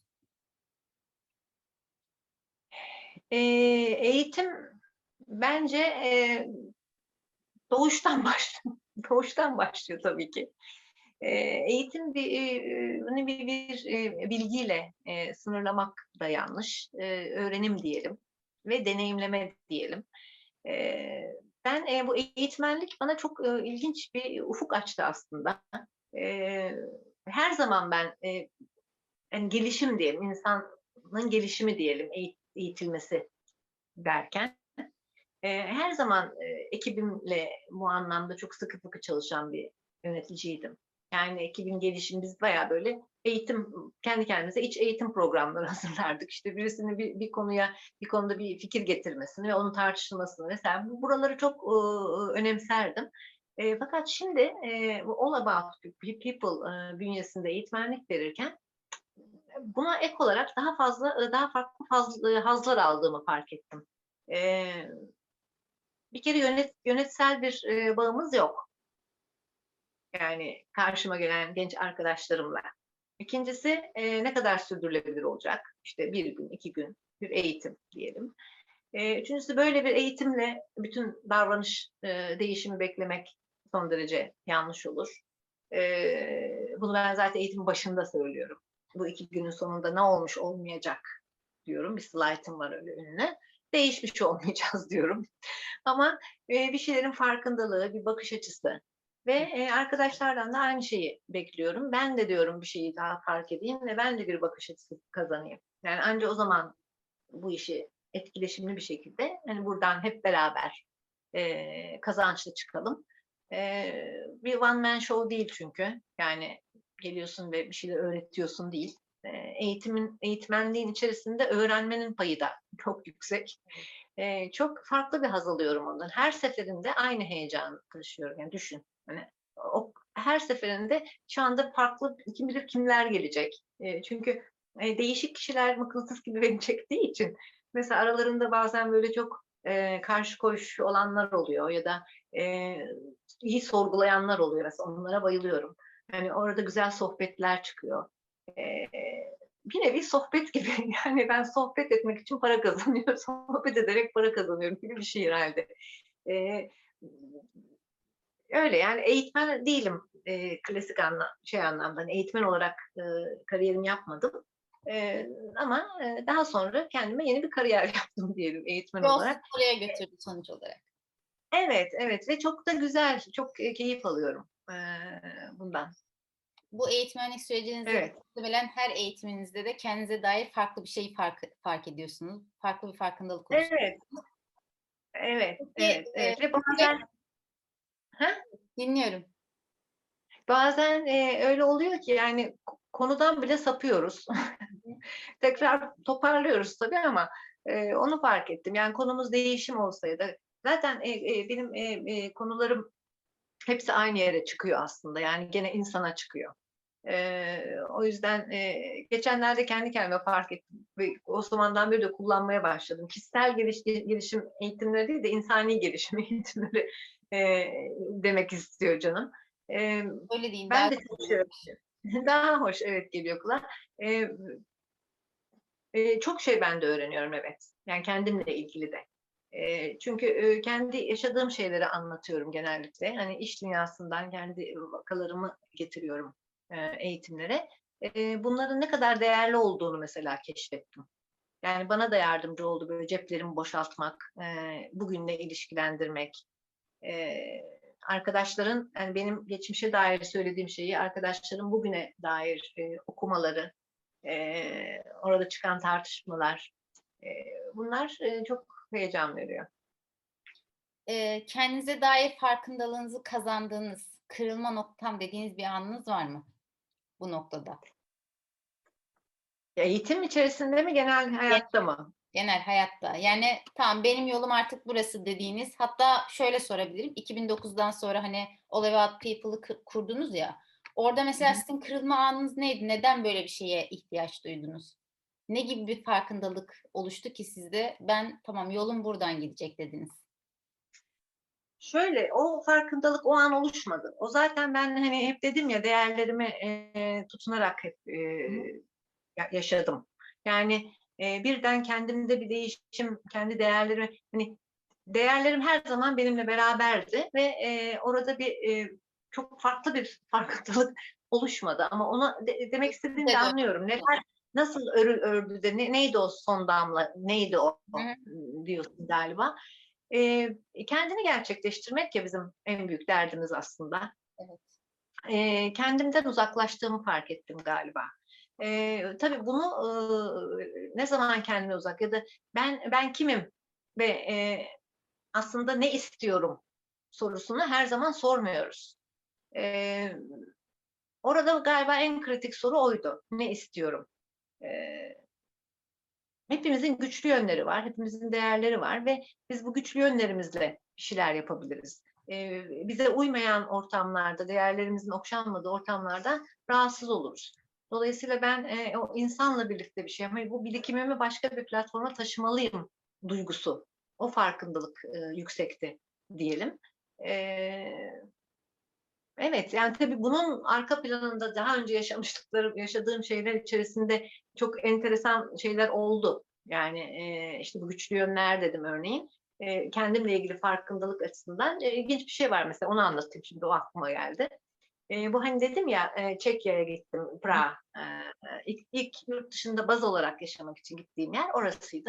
Speaker 2: Eee, eğitim bence eee, doğuştan başlıyor. Doğuştan başlıyor tabii ki. Eee, eğitim bir, eee, hani bir, bir eee, bilgiyle eee, sınırlamak da yanlış. Eee, öğrenim diyelim ve deneyimleme diyelim. Eee, ben eee, bu eğitmenlik bana çok eee, ilginç bir ufuk açtı aslında. Eee, her zaman ben eee, hani gelişim diyelim, insanın gelişimi diyelim, eğit- eğitilmesi derken Eee, her zaman, eee, ekibimle bu anlamda çok sıkı fıkı çalışan bir yöneticiydim. Yani ekibin gelişimi biz bayağı böyle eğitim, kendi kendimize iç eğitim programları hazırlardık. İşte birisinin bir bir konuya bir konuda bir fikir getirmesini ve onun tartışılmasını vesaire. Bu buraları çok, ııı, önemserdim. Eee, fakat şimdi, eee, bu All About Pe People, eee, bünyesinde eğitmenlik verirken buna ek olarak daha fazla, ııı, daha farklı faz hazlar aldığımı fark ettim. Eee bir kere yönet yönetsel bir, eee, bağımız yok. Yani karşıma gelen genç arkadaşlarımla. İkincisi, eee, ne kadar sürdürülebilir olacak? İşte bir gün, iki gün bir eğitim diyelim. Eee, üçüncüsü böyle bir eğitimle bütün davranış, eee, değişimi beklemek son derece yanlış olur. Eee, bunu ben zaten eğitimin başında söylüyorum. Bu iki günün sonunda ne olmuş olmayacak diyorum. Bir slaytım var öyle önüne. Değişmiş olmayacağız diyorum. Ama, eee, bir şeylerin farkındalığı, bir bakış açısı ve, eee, arkadaşlardan da aynı şeyi bekliyorum. Ben de diyorum bir şeyi daha fark edeyim ve ben de bir bakış açısı kazanayım. Yani anca o zaman bu işi etkileşimli bir şekilde, hani, buradan hep beraber, eee, kazançlı çıkalım. Eee, bir one man show değil çünkü. Yani geliyorsun ve bir şeyler öğretiyorsun değil. Eee, eğitimin eğitmenliğin içerisinde öğrenmenin payı da çok yüksek. Eee, çok farklı bir haz alıyorum ondan. Her seferinde aynı heyecanı taşıyorum. Yani düşün, hani, o her seferinde şu anda farklı kim bilir kimler gelecek. Eee, çünkü, eee, değişik kişiler mıknatıs gibi beni çektiği için mesela aralarında bazen böyle çok, eee, karşı koyuş olanlar oluyor ya da, eee, iyi sorgulayanlar oluyor. Mesela onlara bayılıyorum. Hani, orada güzel sohbetler çıkıyor. Eee, bir nevi sohbet gibi. Yani ben sohbet etmek için para kazanıyorum. Sohbet ederek para kazanıyorum gibi bir şey herhâlde. Eee, öyle yani eğitmen değilim, eee, klasik anla şey anlamda, hani, eğitmen olarak, ııı, kariyerimi yapmadım. Eee, ama, eee, daha sonra kendime yeni bir kariyer yaptım diyelim eğitmen
Speaker 1: Yol sizi
Speaker 2: olarak.
Speaker 1: oraya götürdü sonuç olarak.
Speaker 2: Evet, evet ve çok da güzel, çok, eee, keyif alıyorum, eee, bundan.
Speaker 1: Bu eğitmenlik sürecinizde
Speaker 2: Evet,
Speaker 1: muhtemelen her eğitiminizde de kendinize dair farklı bir şeyi fark fark ediyorsunuz. Farklı bir farkındalık
Speaker 2: evet,
Speaker 1: oluşturuyorsunuz.
Speaker 2: evet,
Speaker 1: Peki,
Speaker 2: evet,
Speaker 1: eee,
Speaker 2: evet ve
Speaker 1: bu süreç
Speaker 2: bazen Hah?
Speaker 1: dinliyorum.
Speaker 2: Bazen, eee, öyle oluyor ki yani ko konudan bile sapıyoruz.
Speaker 1: Hı hı.
Speaker 2: Tekrar toparlıyoruz tabii ama, eee, onu fark ettim. Yani konumuz değişim olsaydı zaten, eee, eee, benim, eee, eee, konularım hepsi aynı yere çıkıyor aslında. Yani gene insana çıkıyor. Eee, o yüzden, eee, geçenlerde kendi kendime fark ettim ve o zamandan beri de kullanmaya başladım. Kişisel geliş gelişim eğitimleri değil de insani gelişim eğitimleri, eee, demek istiyor canım. Emm,
Speaker 1: Öyle deyin, daha
Speaker 2: ben de
Speaker 1: güzel olur.
Speaker 2: çalışıyorum. Daha hoş, evet, geliyor kulağa. Eee, eee, çok şey ben de öğreniyorum, evet. Yani kendimle ilgili de. Eee, çünkü, eee, kendi yaşadığım şeyleri anlatıyorum genellikle. Hani, iş dünyasından kendi vakalarımı getiriyorum, eee, eğitimlere. Eee, bunların ne kadar değerli olduğunu mesela keşfettim. Yani bana da yardımcı oldu böyle ceplerimi boşaltmak, eee, bugünle ilişkilendirmek. Eee, arkadaşların, yani benim geçmişe dair söylediğim şeyi arkadaşlarım bugüne dair, eee, okumaları, eee, orada çıkan tartışmalar, eee, bunlar, eee, çok heyecan veriyor.
Speaker 1: Eee, kendinize dair farkındalığınızı kazandığınız, kırılma noktam dediğiniz bir anınız var mı bu noktada?
Speaker 2: Eğitim içerisinde mi, genel
Speaker 1: Genel,
Speaker 2: hayatta mı?
Speaker 1: genel hayatta. Yani tamam benim yolum artık burası dediğiniz, hatta şöyle sorabilirim. iki bin dokuzdan sonra hani All About People'ı kı kurdunuz ya, orada
Speaker 2: Hı
Speaker 1: mesela
Speaker 2: hı.
Speaker 1: sizin kırılma anınız neydi? Neden böyle bir şeye ihtiyaç duydunuz? Ne gibi bir farkındalık oluştu ki sizde, "Ben tamam yolum buradan gidecek." dediniz?
Speaker 2: Şöyle, o farkındalık o an oluşmadı. O zaten ben, hani, hep dedim ya, değerlerime, eee, tutunarak hep,
Speaker 1: Hı hı.
Speaker 2: eee, ya yaşadım. Yani, eee, birden kendimde bir değişim, kendi değerlerimi, hani, değerlerim her zaman benimle beraberdi ve, eee, orada bir, eee, çok farklı bir farkındalık oluşmadı ama ona de demek istediğini
Speaker 1: Sizde
Speaker 2: de
Speaker 1: de öyle
Speaker 2: anlıyorum.
Speaker 1: değil mi?
Speaker 2: Neler nasıl örül ördü de ne neydi o son damla, neydi o,
Speaker 1: Hı hı.
Speaker 2: ımm, diyorsun galiba. Eee, kendini gerçekleştirmek ya bizim en büyük derdimiz aslında.
Speaker 1: Evet.
Speaker 2: Eee, kendimden uzaklaştığımı fark ettim galiba. Eee, tabii bunu, ııı, ne zaman kendine uzak ya da ben ben kimim ve, eee, aslında ne istiyorum sorusunu her zaman sormuyoruz. Eee, orada galiba en kritik soru oydu. Ne istiyorum? Eee, hepimizin güçlü yönleri var, hepimizin değerleri var ve biz bu güçlü yönlerimizle bir şeyler yapabiliriz. Eee, bize uymayan ortamlarda, değerlerimizin okşanmadığı ortamlarda rahatsız oluruz. Dolayısıyla ben, eee, o insanla birlikte bir şey yapmayı, bu birikimimi başka bir platforma taşımalıyım duygusu, o farkındalık, eee, yüksekti diyelim. Eee, evet, yani tabii bunun arka planında daha önce yaşamışlıklarım, yaşadığım şeyler içerisinde çok enteresan şeyler oldu. Yani, eee, işte, bu güçlü yönler dedim örneğin. Eee, kendimle ilgili farkındalık açısından, eee, ilginç bir şey var mesela, onu anlatayım şimdi, o aklıma geldi. Eee, bu, hani, dedim ya, eee, Çekya'ya gittim,
Speaker 1: Hı hı.
Speaker 2: Prag'a. Eee, ilk ilk yurt dışında baz olarak yaşamak için gittiğim yer orasıydı.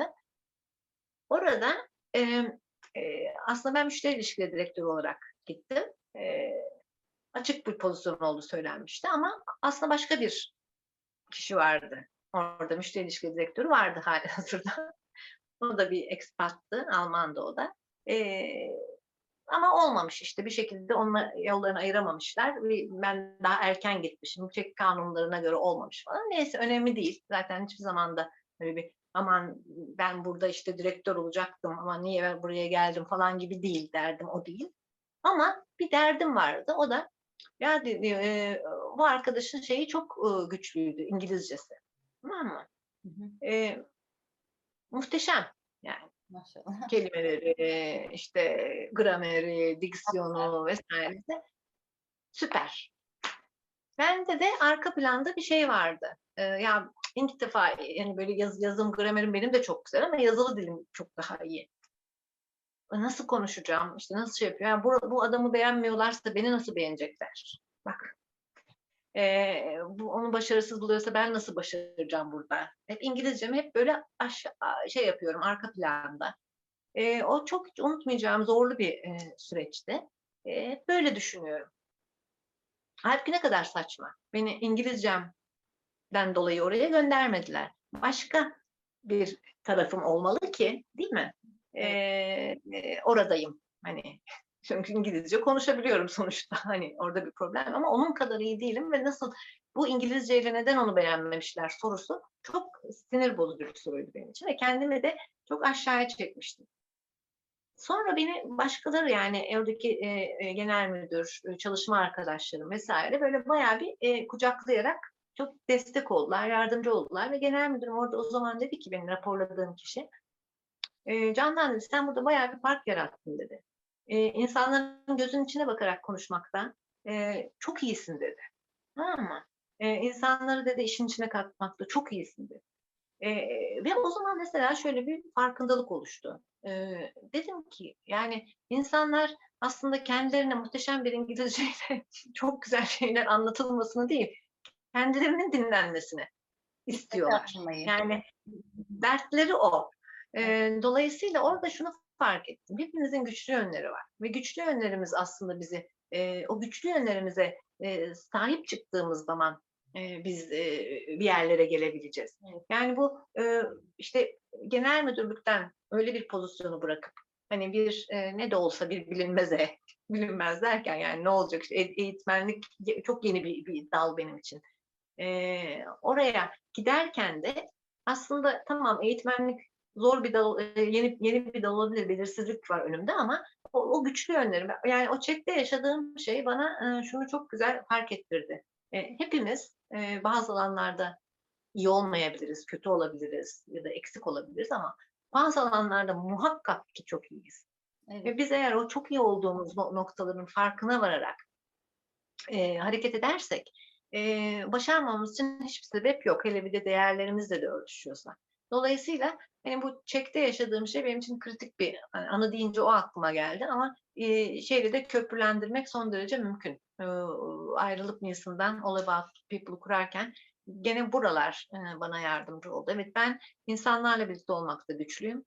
Speaker 2: Orada, emm, eee, aslında ben müşteri ilişkileri direktörü olarak gittim. Eee, açık bir pozisyon olduğu söylenmişti ama aslında başka bir kişi vardı. Orada müşteri ilişkileri direktörü vardı hâlihazırda. O da bir ekspattı, Almandı o da. Eee, ama olmamış işte, bir şekilde onunla yollarını ayıramamışlar. Ve ben daha erken gitmişim, Çek kanunlarına göre olmamış falan. Neyse, önemli değil. Zaten hiçbir zaman da böyle bir, "Aman ben burada işte direktör olacaktım ama niye ben buraya geldim?" falan gibi değil, derdim o değil. Ama bir derdim vardı. O da, ya dedi, eee, bu arkadaşın şeyi çok, ııı, güçlüydü, İngilizcesi. Tamam mı?
Speaker 1: Hı hı.
Speaker 2: Eee, muhteşem yani.
Speaker 1: Maşallah.
Speaker 2: Kelimeleri, işte grameri, diksiyonu vesairesi süper. Bende de arka planda bir şey vardı. Eee, ya ilk defa, yani böyle yaz yazım, gramerim benim de çok güzel ama yazılı dilim çok daha iyi. Nasıl konuşacağım, işte nasıl şey yapıyor, yani bu bu adamı beğenmiyorlarsa beni nasıl beğenecekler? Bak. Eee, bu onu başarısız buluyorsa ben nasıl başaracağım burada? Hep İngilizcemi hep böyle aşa şey yapıyorum, arka planda. Eee, o çok hiç unutmayacağım zorlu bir, eee, süreçti. Eee, hep böyle düşünüyorum. Hâlbuki ne kadar saçma. Beni İngilizcemden dolayı oraya göndermediler. Başka bir tarafım olmalı ki, değil mi?
Speaker 1: Evet.
Speaker 2: Eee, oradayım. Hani, çünkü İngilizce konuşabiliyorum sonuçta. Hani, orada bir problem ama onun kadar iyi değilim ve nasıl, bu İngilizceyle neden onu beğenmemişler sorusu çok sinir bozucu bir soruydu benim için ve kendimi de çok aşağıya çekmiştim. Sonra beni başkaları, yani oradaki, eee, eee, genel müdür, eee, çalışma arkadaşlarım vesaire böyle bayağı bir, eee, kucaklayarak çok destek oldular, yardımcı oldular ve genel müdürüm orada o zaman dedi ki, benim raporladığım kişi, eee, "Candan" dedi, "sen burada bayağı bir fark yarattın." dedi. "Eee, insanların gözünün içine bakarak konuşmakta, eee, çok iyisin." dedi. Tamam mı? Eee, "İnsanları" dedi, "işin içine katmakta çok iyisin." dedi. Eee, ve o zaman mesela şöyle bir farkındalık oluştu. Eee, dedim ki, yani insanlar aslında kendilerine muhteşem bir İngilizceyle çok güzel şeyler anlatılmasını değil, kendilerinin dinlenmesini
Speaker 1: Dikkate
Speaker 2: istiyorlar.
Speaker 1: alınmayı.
Speaker 2: Yani dertleri o.
Speaker 1: Evet.
Speaker 2: Eee, dolayısıyla orada şunu fark ettim. Hepimizin güçlü yönleri var ve güçlü yönlerimiz aslında bizi, eee, o güçlü yönlerimize, eee, sahip çıktığımız zaman, eee, biz, eee, bir yerlere gelebileceğiz.
Speaker 1: Evet.
Speaker 2: Yani bu, eee, işte genel müdürlükten öyle bir pozisyonu bırakıp Hani bir e, ne de olsa bir bilinmeze, bilinmez derken yani ne olacak işte e- eğitmenlik ye- çok yeni bir, bir dal benim için. E, oraya giderken de aslında tamam eğitmenlik zor bir dal, e, yeni yeni bir dal olabilir, belirsizlik var önümde ama o, o güçlü yönlerim. Yani o Çek'te yaşadığım şey bana e, şunu çok güzel fark ettirdi. E, hepimiz e, bazı alanlarda iyi olmayabiliriz, kötü olabiliriz ya da eksik olabiliriz ama bazı alanlarda muhakkak ki çok iyiyiz.
Speaker 1: Evet.
Speaker 2: Ve biz eğer o çok iyi olduğumuz no- noktaların farkına vararak e, hareket edersek e, başarmamız için hiçbir sebep yok. Hele bir de değerlerimizle de örtüşüyorsa. Dolayısıyla hani bu Çek'te yaşadığım şey benim için kritik bir hani anı deyince o aklıma geldi ama e, şeyle de köprülendirmek son derece mümkün. E, ayrılıp Nisan'dan All About People'ı kurarken gene buralar e, bana yardımcı oldu. Evet ben insanlarla birlikte olmakta güçlüyüm.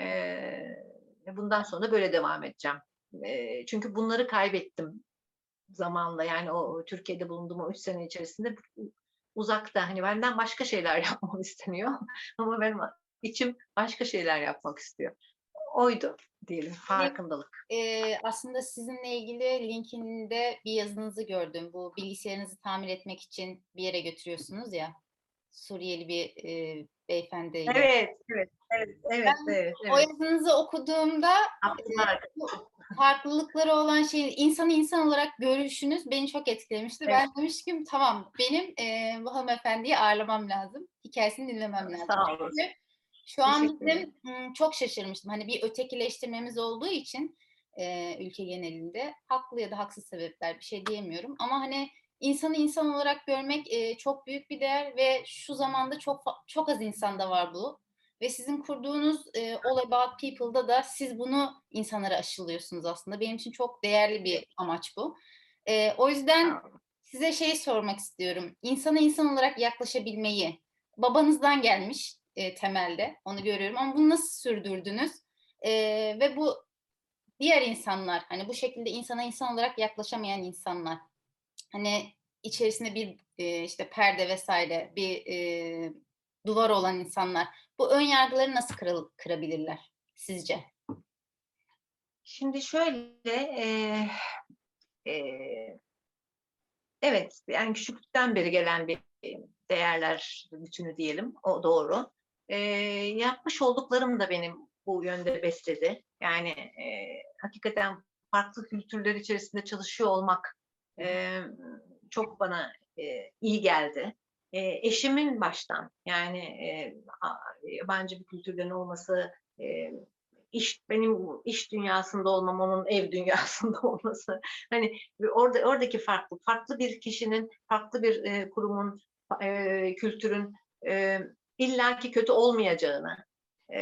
Speaker 2: E, bundan sonra böyle devam edeceğim. E, çünkü bunları kaybettim zamanla yani o Türkiye'de bulunduğum o üç sene içerisinde uzakta hani benden başka şeyler yapmam isteniyor ama benim içim başka şeyler yapmak istiyor. Oydu diyelim
Speaker 1: Benim,
Speaker 2: farkındalık.
Speaker 1: e, aslında sizinle ilgili LinkedIn'de bir yazınızı gördüm. Bu bilgisayarınızı tamir etmek için bir yere götürüyorsunuz ya. Suriyeli bir e, beyefendiyle.
Speaker 2: Evet, evet, evet, evet,
Speaker 1: Ben
Speaker 2: evet,
Speaker 1: o
Speaker 2: evet.
Speaker 1: yazınızı okuduğumda e,
Speaker 2: Abdullah
Speaker 1: bu farklılıkları olan şey insanı insan olarak görüşünüz beni çok etkilemişti.
Speaker 2: evet,
Speaker 1: Ben demiştim tamam benim e, bu hanımefendiyi ağırlamam lazım. Hikayesini dinlemem lazım.
Speaker 2: sağ
Speaker 1: Çünkü
Speaker 2: olasın.
Speaker 1: şu an
Speaker 2: Teşekkür ederim.
Speaker 1: bizim m, çok şaşırmıştım. Hani bir ötekileştirmemiz olduğu için e, ülke genelinde haklı ya da haksız sebepler bir şey diyemiyorum. Ama hani insanı insan olarak görmek e, çok büyük bir değer ve şu zamanda çok fa- çok az insanda var bu. Ve sizin kurduğunuz e, All About People'da da siz bunu insanlara aşılıyorsunuz aslında. Benim için çok değerli bir amaç bu. E, o yüzden
Speaker 2: Sağ olun.
Speaker 1: size şey sormak istiyorum. İnsana insan olarak yaklaşabilmeyi, babanızdan gelmiş e, temelde, onu görüyorum. Ama bunu nasıl sürdürdünüz? E, ve bu diğer insanlar, hani bu şekilde insana insan olarak yaklaşamayan insanlar, hani içerisinde bir e, işte perde vesaire bir e, duvar olan insanlar bu ön yargıları nasıl kırıl, kırabilirler sizce?
Speaker 2: Şimdi şöyle e, e, evet yani küçüklükten beri gelen bir değerler bütünü diyelim o doğru. E, yapmış olduklarım da benim bu yönde besledi. Yani e, hakikaten farklı kültürler içerisinde çalışıyor olmak e, çok bana e, iyi geldi. E, eşimin baştan yani e, yabancı bir kültürden olması, e, iş benim iş dünyasında olmam, onun ev dünyasında olması. Hani orada oradaki farklı farklı bir kişinin, farklı bir e, kurumun, e, kültürün e, illaki kötü olmayacağını. E,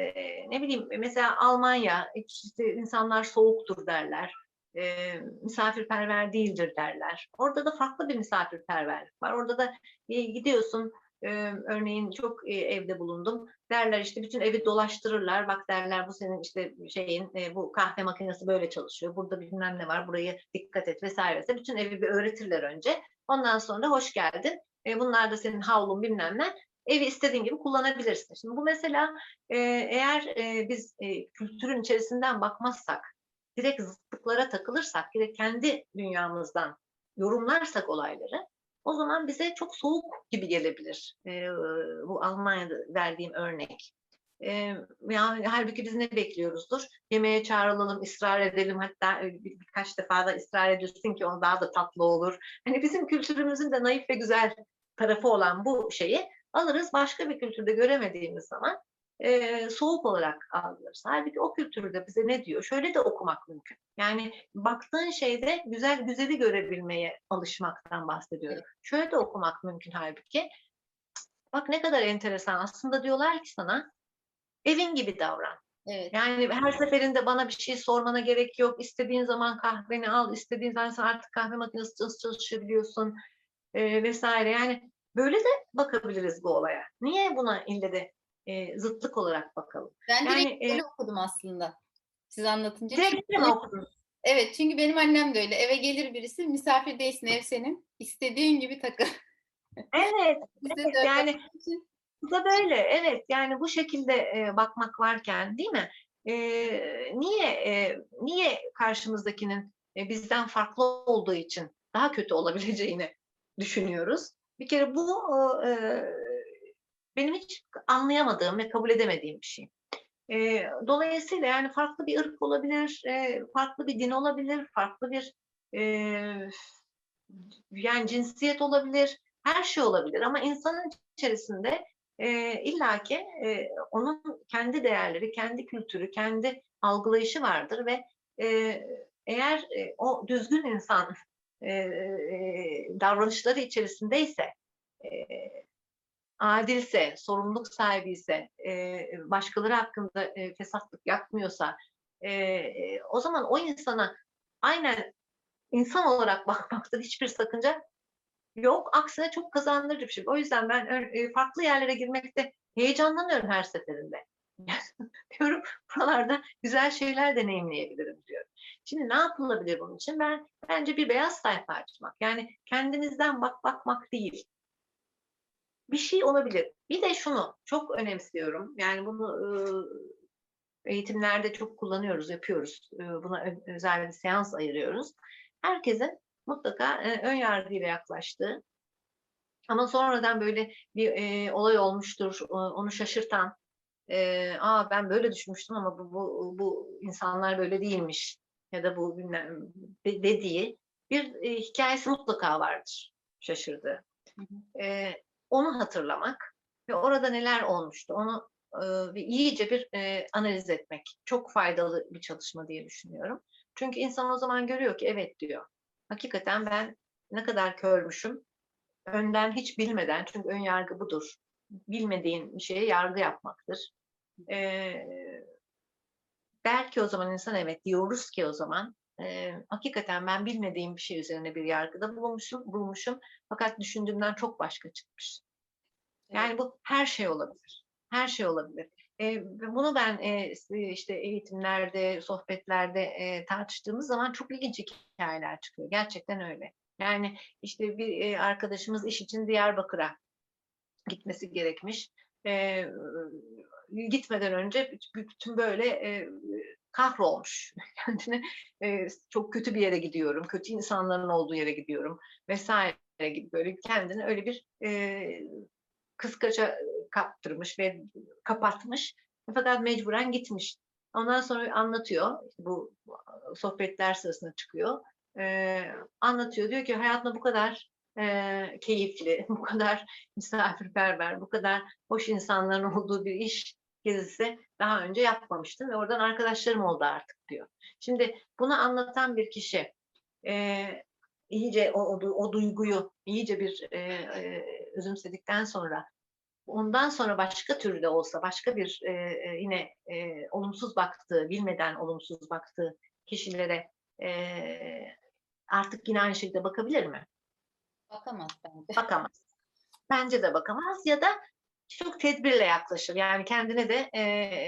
Speaker 2: ne bileyim mesela Almanya işte insanlar soğuktur derler. E, misafirperver değildir derler. Orada da farklı bir misafirperverlik var. Orada da e, gidiyorsun e, örneğin çok e, evde bulundum. Derler işte bütün evi dolaştırırlar. Bak derler bu senin işte şeyin e, bu kahve makinesi böyle çalışıyor. Burada bilmem ne var. Burayı dikkat et vesaire vesaire. Bütün evi bir öğretirler önce. Ondan sonra hoş geldin. E, bunlar da senin havlun bilmem ne. Evi istediğin gibi kullanabilirsin. Şimdi bu mesela e, eğer e, biz e, kültürün içerisinden bakmazsak, direkt zıtlıklara takılırsak, direkt kendi dünyamızdan yorumlarsak olayları, o zaman bize çok soğuk gibi gelebilir e, bu Almanya'da verdiğim örnek. E, yani halbuki biz ne bekliyoruzdur? Yemeğe çağrılalım, ısrar edelim. Hatta bir, birkaç defa da ısrar ediyorsun ki o daha da tatlı olur. Hani bizim kültürümüzün de naif ve güzel tarafı olan bu şeyi alırız başka bir kültürde göremediğimiz zaman e, soğuk olarak algılarız. Halbuki o kültürde bize ne diyor? Şöyle de okumak mümkün. Yani baktığın şeyde güzel güzeli görebilmeye alışmaktan bahsediyorum.
Speaker 1: Evet,
Speaker 2: Şöyle de okumak mümkün halbuki. Bak ne kadar enteresan. Aslında diyorlar ki sana evin gibi davran.
Speaker 1: evet.
Speaker 2: Yani her seferinde bana bir şey sormana gerek yok. İstediğin zaman kahveni al, istediğin zaman sen artık kahve makinesi nasıl çalışabiliyorsun e, vesaire. Yani böyle de bakabiliriz bu olaya. Niye buna ille de e, zıtlık olarak bakalım?
Speaker 1: Ben
Speaker 2: Yani
Speaker 1: direkt
Speaker 2: e,
Speaker 1: öyle okudum aslında siz anlatınca. Çünkü
Speaker 2: direkt mi
Speaker 1: benim,
Speaker 2: okudun?
Speaker 1: evet çünkü benim annem de öyle. Eve gelir birisi misafir değilsin ev senin. İstediğin gibi takıl.
Speaker 2: Evet,
Speaker 1: Bizde de
Speaker 2: evet
Speaker 1: öyle
Speaker 2: yani
Speaker 1: olduğu için.
Speaker 2: bu da böyle. Evet yani bu şekilde e, bakmak varken değil mi? e, niye e, niye karşımızdakinin e, bizden farklı olduğu için daha kötü olabileceğini düşünüyoruz. Bir kere bu e, benim hiç anlayamadığım ve kabul edemediğim bir şey. E, dolayısıyla yani farklı bir ırk olabilir, e, farklı bir din olabilir, farklı bir e, yani cinsiyet olabilir, her şey olabilir ama insanın içerisinde e, illaki e, onun kendi değerleri, kendi kültürü, kendi algılayışı vardır ve e, eğer e, o düzgün insan e, e, davranışları içerisindeyse, e, adilse, sorumluluk sahibi ise, e, başkaları hakkında e, fesatlık yapmıyorsa, e, e, o zaman o insana aynen insan olarak bakmakta hiçbir sakınca yok. Aksine çok kazandırıcı bir şey. O yüzden ben e, farklı yerlere girmekte heyecanlanıyorum her seferinde. Diyorum buralarda güzel şeyler deneyimleyebilirim diyorum. Şimdi ne yapılabilir bunun için? Ben bence bir beyaz sayfa açmak. Yani kendinizden bak bakmak değil. Bir şey olabilir. Bir de şunu çok önemsiyorum. Yani bunu e, eğitimlerde çok kullanıyoruz, yapıyoruz. E, buna özel bir seans ayırıyoruz. Herkesin mutlaka e, ön yargıyla yaklaştığı ama sonradan böyle bir e, olay olmuştur, onu şaşırtan, e, aa ben böyle düşünmüştüm ama bu, bu, bu insanlar böyle değilmiş ya da bu bilmem de, dediği bir e, hikayesi mutlaka vardır şaşırdığı.
Speaker 1: Hı hı.
Speaker 2: E, onu hatırlamak ve orada neler olmuştu onu e, bir, iyice bir e, analiz etmek çok faydalı bir çalışma diye düşünüyorum. Çünkü insan o zaman görüyor ki evet diyor. Hakikaten ben ne kadar körmüşüm. Önden hiç bilmeden, çünkü ön yargı budur. Bilmediğin bir şeye yargı yapmaktır. Ee, belki o zaman insan evet diyoruz ki o zaman e, hakikaten ben bilmediğim bir şey üzerine bir yargıda bulunmuşum, bulmuşum. Fakat düşündüğümden çok başka çıkmış.
Speaker 1: Evet.
Speaker 2: Yani bu her şey olabilir. Her şey olabilir. E, bunu ben e, işte eğitimlerde, sohbetlerde e, tartıştığımız zaman çok ilginç hikayeler çıkıyor. Gerçekten öyle. Yani işte bir e, arkadaşımız iş için Diyarbakır'a gitmesi gerekmiş. E, gitmeden önce bütün böyle e, kahrolmuş. Kendine e, çok kötü bir yere gidiyorum, kötü insanların olduğu yere gidiyorum vesaire gibi böyle kendini öyle bir e, kıskaca kaptırmış ve kapatmış. Fakat mecburen gitmiş. Ondan sonra anlatıyor. Bu sohbetler sırasında çıkıyor. Ee, anlatıyor. Diyor ki hayatımda bu kadar e, keyifli, bu kadar misafirperver, bu kadar hoş insanların olduğu bir iş gezisi daha önce yapmamıştım ve oradan arkadaşlarım oldu artık diyor. Şimdi bunu anlatan bir kişi e, iyice o, o, o duyguyu iyice bir e, e, özümsedikten sonra ondan sonra başka türde olsa, başka bir e, yine e, olumsuz baktığı, bilmeden olumsuz baktığı kişilere e, artık yine aynı şekilde bakabilir mi?
Speaker 1: Bakamaz bence.
Speaker 2: Bakamaz. Bence de bakamaz ya da çok tedbirle yaklaşır. Yani kendine de e,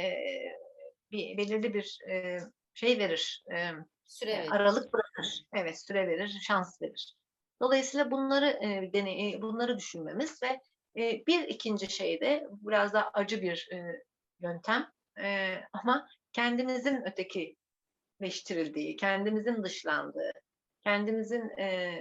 Speaker 2: bir belirli bir e, şey verir, e,
Speaker 1: Süre verir.
Speaker 2: aralık bırakır. Evet, süre verir, şans verir. Dolayısıyla bunları e, deney, bunları düşünmemiz ve e, bir ikinci şey de biraz daha acı bir e, yöntem e, ama kendimizin ötekileştirildiği, kendimizin dışlandığı, kendimizin e,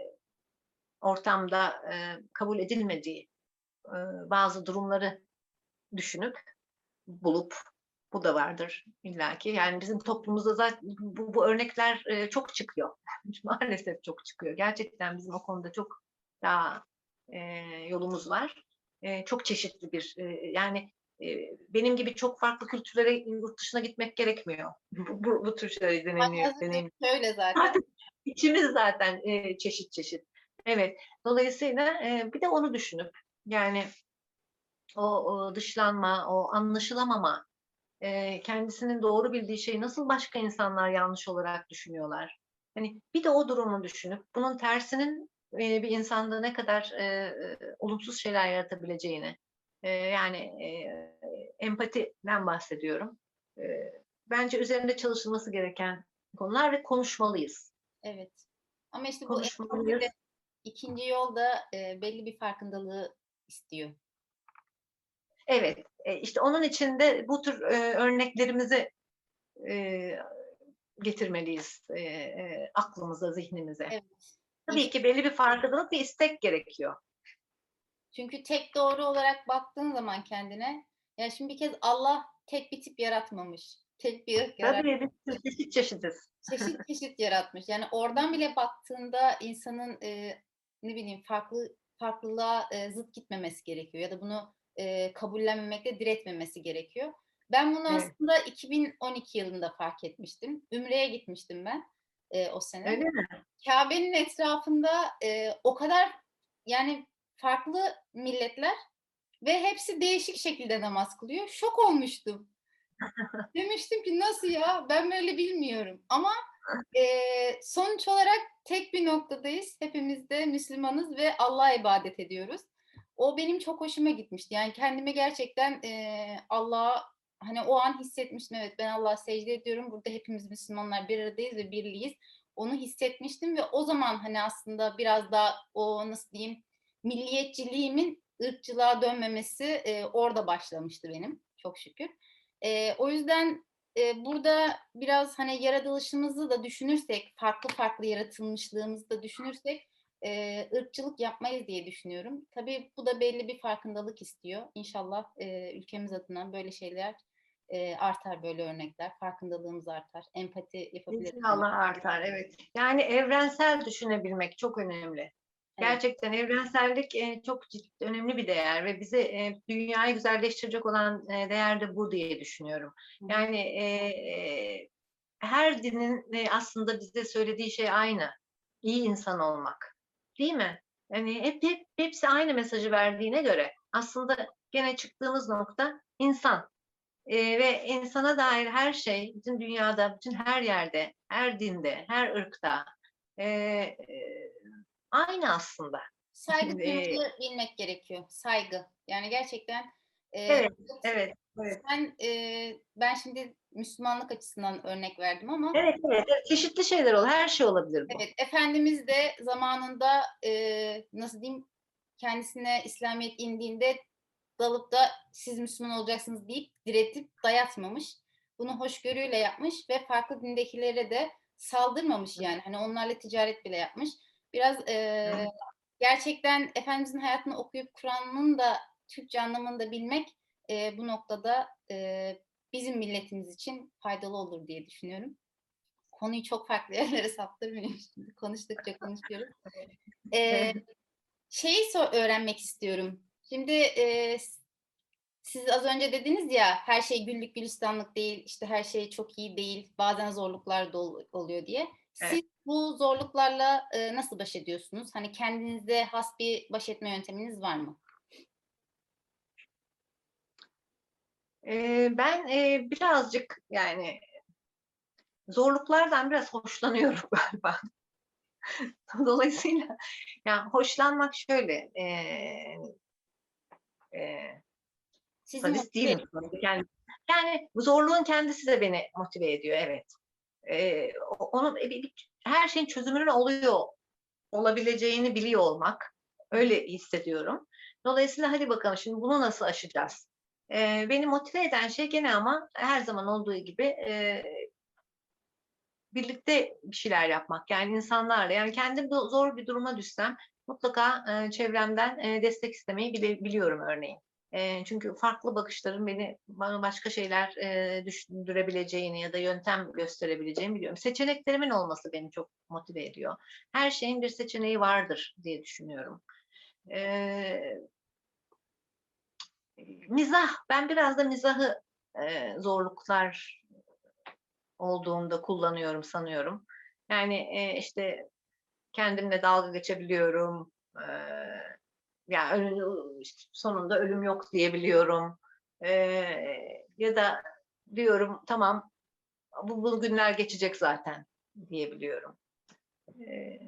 Speaker 2: ortamda e, kabul edilmediği e, bazı durumları düşünüp bulup bu da vardır illaki. Yani bizim toplumumuzda zaten bu, bu örnekler e, çok çıkıyor. Maalesef çok çıkıyor. Gerçekten bizim o konuda çok daha e, yolumuz var. E, çok çeşitli bir e, yani e, benim gibi çok farklı kültürlere yurt dışına gitmek gerekmiyor. Bu, bu, bu tür şeyleri deneyimliyor.
Speaker 1: Maalesef
Speaker 2: deneyim.
Speaker 1: şöyle zaten.
Speaker 2: Artık içimiz zaten e, çeşit çeşit. Evet. Dolayısıyla e, bir de onu düşünüp yani o, o dışlanma, o anlaşılamama, e, kendisinin doğru bildiği şeyi nasıl başka insanlar yanlış olarak düşünüyorlar? Hani bir de o durumu düşünüp bunun tersinin e, bir insanda ne kadar e, e, olumsuz şeyler yaratabileceğini, e, yani e, empatiden bahsediyorum. E, bence üzerinde çalışılması gereken konular ve konuşmalıyız.
Speaker 1: Evet. Ama işte bu empati de
Speaker 2: Konuşmalıyız.
Speaker 1: ikinci yolda e, belli bir farkındalığı istiyor.
Speaker 2: Evet, e, işte onun için de bu tür e, örneklerimizi e, getirmeliyiz e, e, aklımıza, zihnimize.
Speaker 1: Evet.
Speaker 2: Tabii ki belli bir farkındalık ve istek gerekiyor.
Speaker 1: Çünkü tek doğru olarak baktığın zaman kendine, ya şimdi bir kez Allah tek bir tip yaratmamış. Tek bir ırk yarat
Speaker 2: Tabii biz çeşit çeşitiz.
Speaker 1: çeşit çeşit yaratmış. Yani oradan bile baktığında insanın, eee, ne bileyim farklı farklılığa, eee, zıt gitmemesi gerekiyor ya da bunu, eee, kabullenmemekle diretmemesi gerekiyor. Ben bunu
Speaker 2: Evet.
Speaker 1: aslında iki bin on iki yılında fark etmiştim. Ümre'ye gitmiştim ben, eee, o sene.
Speaker 2: Öyle mi?
Speaker 1: Kâbe'nin etrafında, eee, o kadar yani farklı milletler ve hepsi değişik şekilde namaz kılıyor. Şok olmuştum. Demiştim ki nasıl ya? Ben böyle bilmiyorum ama, eee, sonuç olarak tek bir noktadayız. Hepimiz de Müslümanız ve Allah'a ibadet ediyoruz. O benim çok hoşuma gitmişti. Yani kendimi gerçekten, eee, Allah'a, hani, o an hissetmiştim. Evet, ben Allah'a secde ediyorum. Burada hepimiz Müslümanlar bir aradayız ve birliğiz. Onu hissetmiştim ve o zaman, hani, aslında biraz daha o, nasıl diyeyim, milliyetçiliğimin ırkçılığa dönmemesi, eee, orada başlamıştı benim çok şükür. Eee, o yüzden, eee, burada biraz, hani, yaratılışımızı da düşünürsek, farklı farklı yaratılmışlığımızı da düşünürsek, eee, ırkçılık yapmayız diye düşünüyorum. Tabii bu da belli bir farkındalık istiyor. İnşallah, eee, ülkemiz adına böyle şeyler, eee, artar, böyle örnekler. Farkındalığımız artar. Empati yapabiliriz.
Speaker 2: İnşallah artar, evet. Yani evrensel düşünebilmek çok önemli.
Speaker 1: Evet.
Speaker 2: Gerçekten evrensellik e, çok ciddi, önemli bir değer ve bize e, dünyayı güzelleştirecek olan e, değer de bu diye düşünüyorum.
Speaker 1: Hı hı.
Speaker 2: Yani e, e, her dinin e, aslında bize söylediği şey aynı. İyi insan olmak. Değil mi? Yani hep, hep hepsi aynı mesajı verdiğine göre aslında gene çıktığımız nokta insan. Eee, ve insana dair her şey, bütün dünyada, bütün her yerde, her dinde, her ırkta eee, eee, aynı aslında.
Speaker 1: Saygı
Speaker 2: Eee,
Speaker 1: duymayı bilmek gerekiyor. Saygı. Yani gerçekten, eee,
Speaker 2: evet, evet, evet.
Speaker 1: sen, eee, ben şimdi Müslümanlık açısından örnek verdim ama
Speaker 2: Evet, evet, evet. Çeşitli şeyler olur. Her şey olabilir bu.
Speaker 1: evet, Efendimiz de zamanında, eee, nasıl diyeyim, kendisine İslamiyet indiğinde dalıp da siz Müslüman olacaksınız deyip diretip dayatmamış. Bunu hoşgörüyle yapmış ve farklı dindekilere de saldırmamış yani. Hani onlarla ticaret bile yapmış. Biraz, eee, gerçekten Efendimizin hayatını okuyup Kur'an'ın da Türkçe anlamını da bilmek, eee, bu noktada, eee, bizim milletimiz için faydalı olur diye düşünüyorum. Konuyu çok farklı yerlere saptırmayayım şimdi. Konuştukça konuşuyoruz. Eee,
Speaker 2: Evet.
Speaker 1: şeyi so öğrenmek istiyorum. Şimdi, eee, s siz az önce dediniz ya, her şey güllük gülistanlık değil, işte, her şey çok iyi değil, bazen zorluklar da ol oluyor diye.
Speaker 2: Evet.
Speaker 1: Siz bu zorluklarla, eee, nasıl baş ediyorsunuz? Hani, kendinize has bir baş etme yönteminiz var mı?
Speaker 2: Eee, ben eee, birazcık yani zorluklardan biraz hoşlanıyorum galiba. Dolayısıyla yani hoşlanmak şöyle, eee, eee
Speaker 1: Sizi
Speaker 2: sadist
Speaker 1: motive
Speaker 2: değilim sonuçta. Yani, yani bu zorluğun kendisi de beni motive ediyor, evet. Eee, o onun e, bi bi her şeyin çözümünün oluyor olabileceğini biliyor olmak, öyle hissediyorum. Dolayısıyla hadi bakalım şimdi bunu nasıl aşacağız? Eee, beni motive eden şey gene ama her zaman olduğu gibi, eee, birlikte bir şeyler yapmak. Yani insanlarla, yani kendim de zor bir duruma düşsem mutlaka, eee, çevremden, eee, destek istemeyi bile biliyorum örneğin. Eee, çünkü farklı bakışların beni bana başka şeyler, eee, düşündürebileceğini ya da yöntem gösterebileceğini biliyorum. Seçeneklerimin olması beni çok motive ediyor. Her şeyin bir seçeneği vardır diye düşünüyorum. Eee, mizah, ben biraz da mizahı, eee, zorluklar olduğunda kullanıyorum sanıyorum. Yani, eee, işte, kendimle dalga geçebiliyorum. Eee, ya, önünü sonunda ölüm yok diyebiliyorum. Eee, ya da diyorum tamam, bu bu günler geçecek zaten diyebiliyorum. Eee,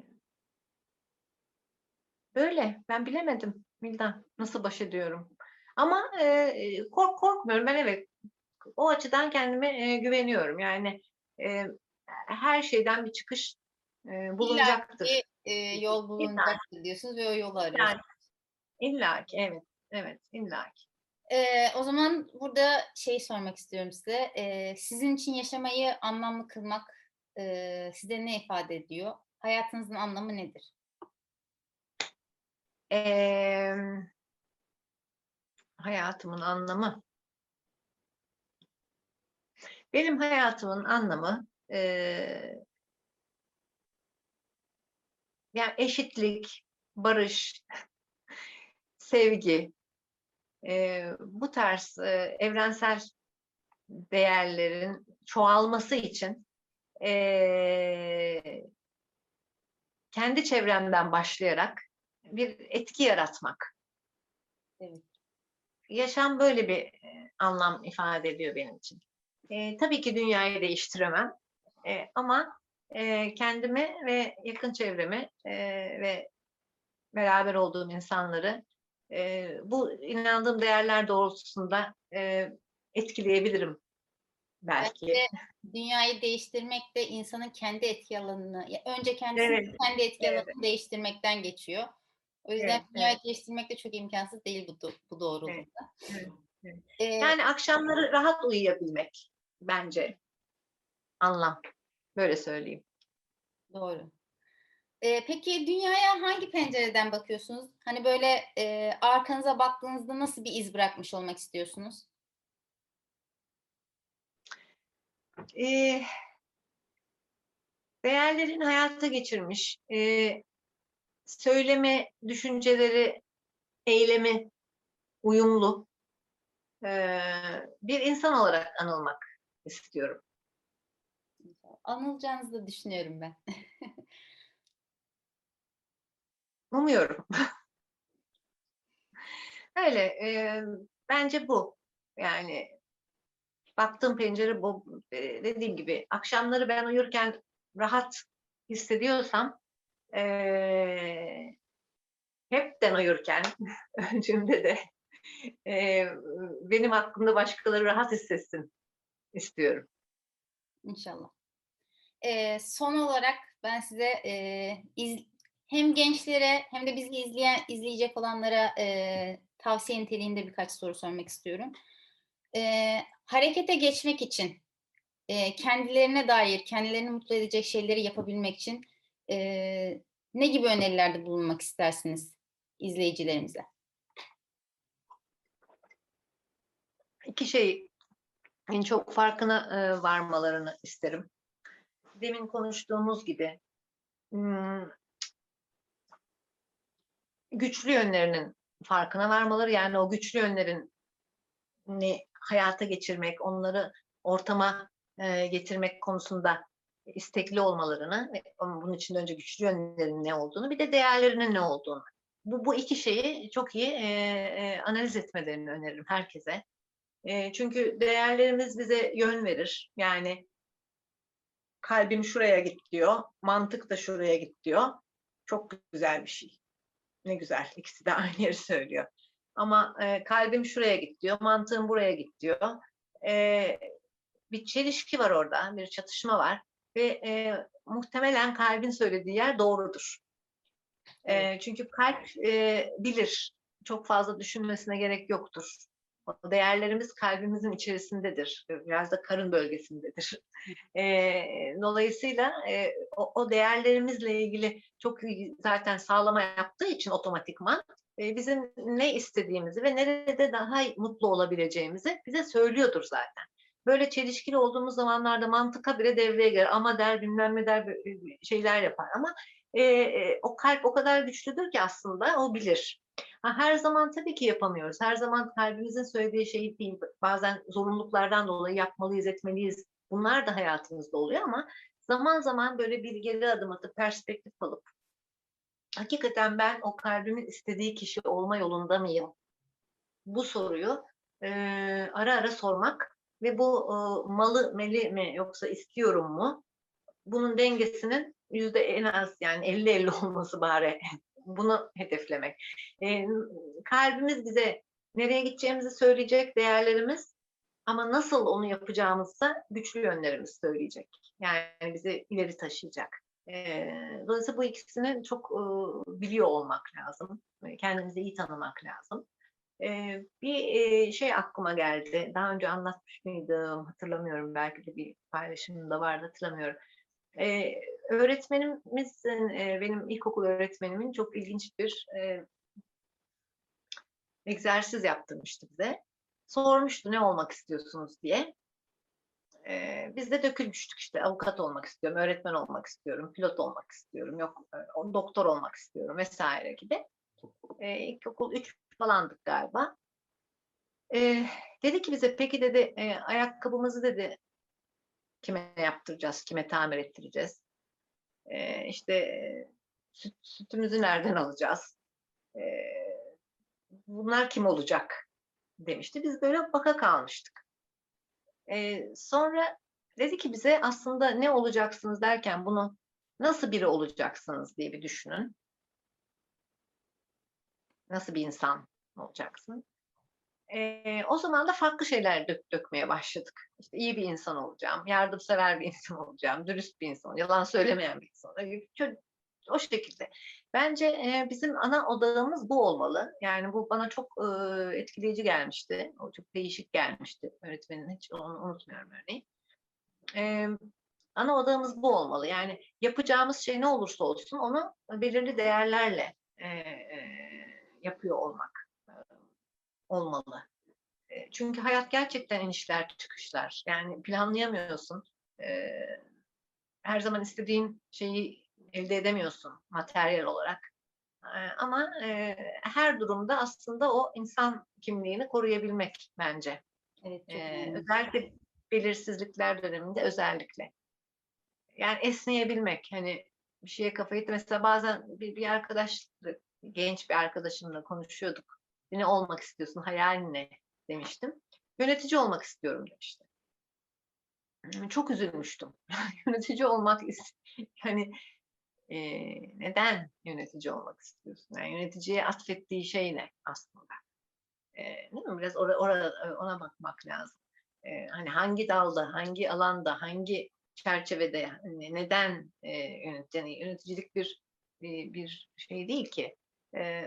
Speaker 2: böyle. Ben bilemedim Vildan, nasıl baş ediyorum. Ama, eee, kork korkmuyorum. Ben evet, o açıdan kendime, eee, güveniyorum. Yani, eee, her şeyden bir çıkış, eee,
Speaker 1: illaki,
Speaker 2: bulunacaktır.
Speaker 1: eee, yol
Speaker 2: İlla
Speaker 1: bulunacaktır diyorsunuz ve o yolu
Speaker 2: illa
Speaker 1: arıyorsunuz.
Speaker 2: illaki, evet, evet, illaki.
Speaker 1: Eee, o zaman burada şeyi sormak istiyorum size. Eee, sizin için yaşamayı anlamlı kılmak, eee, size ne ifade ediyor? Hayatınızın anlamı nedir?
Speaker 2: Emm, hayatımın anlamı. Benim hayatımın anlamı, eee, ya eşitlik, barış, sevgi, eee, bu tarz, eee, evrensel değerlerin çoğalması için, eee, kendi çevremden başlayarak bir etki yaratmak.
Speaker 1: Evet.
Speaker 2: Yaşam böyle bir, eee, anlam ifade ediyor benim için. Eee, tabii ki dünyayı değiştiremem, eee, ama, eee, kendimi ve yakın çevremi, eee, ve beraber olduğum insanları, eee, bu inandığım değerler doğrultusunda, eee, etkileyebilirim belki.
Speaker 1: Bence dünyayı değiştirmek de insanın kendi etki alanını, ya önce kendisini,
Speaker 2: Evet,
Speaker 1: kendi etki
Speaker 2: evet,
Speaker 1: alanını değiştirmekten geçiyor. O yüzden
Speaker 2: evet,
Speaker 1: dünyayı
Speaker 2: evet,
Speaker 1: değiştirmek de çok imkânsız değil bu do bu
Speaker 2: evet,
Speaker 1: doğrultuda.
Speaker 2: evet, evet.
Speaker 1: Eee
Speaker 2: Yani akşamları rahat uyuyabilmek bence anlam. Böyle söyleyeyim.
Speaker 1: Doğru. Eee, peki dünyaya hangi pencereden bakıyorsunuz? Hani, böyle, eee, arkanıza baktığınızda nasıl bir iz bırakmış olmak istiyorsunuz?
Speaker 2: Eee, değerlerini hayata geçirmiş, eee, söylemi, düşünceleri, eylemi uyumlu, eee, bir insan olarak anılmak istiyorum.
Speaker 1: Anılacağınızı da düşünüyorum ben.
Speaker 2: Umuyorum. Öyle, eee, bence bu. Yani baktığım pencere bu. Eee, dediğim gibi akşamları ben uyurken rahat hissediyorsam, eee, hepten uyurken öldüğümde de, eee, benim hakkımda başkaları rahat hissetsin istiyorum.
Speaker 1: İnşallah. Eee, son olarak ben size, eee, iz hem gençlere hem de bizi izleyen izleyecek olanlara, eee, tavsiye niteliğinde birkaç soru sormak istiyorum. Eee, harekete geçmek için, eee, kendilerine dair, kendilerini mutlu edecek şeyleri yapabilmek için, eee, ne gibi önerilerde bulunmak istersiniz izleyicilerimize?
Speaker 2: İki şeyin çok farkına, eee, varmalarını isterim. Demin konuştuğumuz gibi, ımm, güçlü yönlerinin farkına varmaları, yani o güçlü yönlerini hayata geçirmek, onları ortama, eee, getirmek konusunda istekli olmalarını ve ama bunun için de önce güçlü yönlerinin ne olduğunu, bir de değerlerinin ne olduğunu. Bu bu iki şeyi çok iyi, eee, eee, analiz etmelerini öneririm herkese. Eee, çünkü değerlerimiz bize yön verir. Yani kalbim şuraya git diyor, mantık da şuraya git diyor. Çok güzel bir şey. Ne güzel, ikisi de aynı yeri söylüyor. Ama, eee, kalbim şuraya git diyor, mantığım buraya git diyor. Eee, bir çelişki var orada, bir çatışma var ve, eee, muhtemelen kalbin söylediği yer doğrudur.
Speaker 1: Evet.
Speaker 2: Eee, çünkü kalp, eee, bilir. Çok fazla düşünmesine gerek yoktur. O değerlerimiz kalbimizin içerisindedir. Biraz da karın bölgesindedir. Eee, dolayısıyla, eee, o o değerlerimizle ilgili çok iyi zaten sağlama yaptığı için otomatikman, eee, bizim ne istediğimizi ve nerede daha mutlu olabileceğimizi bize söylüyordur zaten. Böyle çelişkili olduğumuz zamanlarda mantık habire devreye girer. Ama der, bilmem ne der, şeyler yapar ama, eee, o kalp o kadar güçlüdür ki aslında o bilir. Ha, her zaman tabii ki yapamıyoruz. Her zaman kalbimizin söylediği şeyi değil, bazen zorunluluklardan dolayı yapmalıyız, etmeliyiz. Bunlar da hayatımızda oluyor ama zaman zaman böyle bir geri adım atıp perspektif alıp hakikaten ben o kalbimin istediği kişi olma yolunda mıyım? Bu soruyu, eee, ara ara sormak ve bu, ııı, malı meli mi yoksa istiyorum mu? Bunun dengesinin yüzde en az yani elli elli olması bari. Bunu hedeflemek. Eee, kalbimiz bize nereye gideceğimizi söyleyecek, değerlerimiz ama nasıl onu yapacağımızsa güçlü yönlerimiz söyleyecek. Yani bizi ileri taşıyacak. Eee, dolayısıyla bu ikisini çok, ııı, biliyor olmak lazım. Kendimizi iyi tanımak lazım. Ee, bir e, şey aklıma geldi. Daha önce anlatmış mıydım? Hatırlamıyorum. Belki de bir paylaşımda vardı, hatırlamıyorum. Ee, öğretmenimizin, e, benim ilkokul öğretmenimin çok ilginç bir e, egzersiz yaptırmıştı bize. Sormuştu ne olmak istiyorsunuz diye. Ee, biz de dökülmüştük işte, avukat olmak istiyorum, öğretmen olmak istiyorum, pilot olmak istiyorum, yok e, doktor olmak istiyorum vesaire gibi. Ee, ilkokul üç falandık galiba. Ee, dedi ki bize, peki dedi, e, ayakkabımızı dedi kime yaptıracağız, kime tamir ettireceğiz? Ee, işte e, süt, sütümüzü nereden alacağız? Ee, bunlar kim olacak demişti. Biz böyle baka kalmıştık. Ee, sonra dedi ki bize, aslında ne olacaksınız derken bunu nasıl biri olacaksınız diye bir düşünün. Nasıl bir insan olacaksın? Ee, o zaman da farklı şeyler dök, dökmeye başladık. İşte iyi bir insan olacağım, yardımsever bir insan olacağım, dürüst bir insan, yalan söylemeyen bir insan olacağım. O şekilde. Bence e, bizim ana odağımız bu olmalı. Yani bu bana çok e, etkileyici gelmişti. O çok değişik gelmişti öğretmenin. Hiç onu unutmuyorum örneğin. E, ana odağımız bu olmalı. Yani yapacağımız şey ne olursa olsun onu belirli değerlerle e, e, yapıyor olmak e, olmalı. E, çünkü hayat gerçekten inişler çıkışlar. Yani planlayamıyorsun. E, her zaman istediğin şeyi elde edemiyorsun materyal olarak. E, ama e, her durumda aslında o insan kimliğini koruyabilmek bence.
Speaker 1: Evet, çok
Speaker 2: E,
Speaker 1: önemli.
Speaker 2: özellikle belirsizlikler döneminde özellikle. Yani esneyebilmek, hani bir şeye kafayı, mesela bazen bir, bir arkadaş, genç bir arkadaşımla konuşuyorduk. Ne olmak istiyorsun, hayalin ne demiştim. Yönetici olmak istiyorum demişti. Çok üzülmüştüm. Yönetici olmak yani e, neden yönetici olmak istiyorsun? Yani yöneticiye atfettiği şey ne aslında? E, değil mi? Biraz ora, ora, ona bakmak lazım. E, hani hangi dalda, hangi alanda, hangi çerçevede, hani neden e, yönet, yani yöneticilik bir bir, bir şey değil ki. E,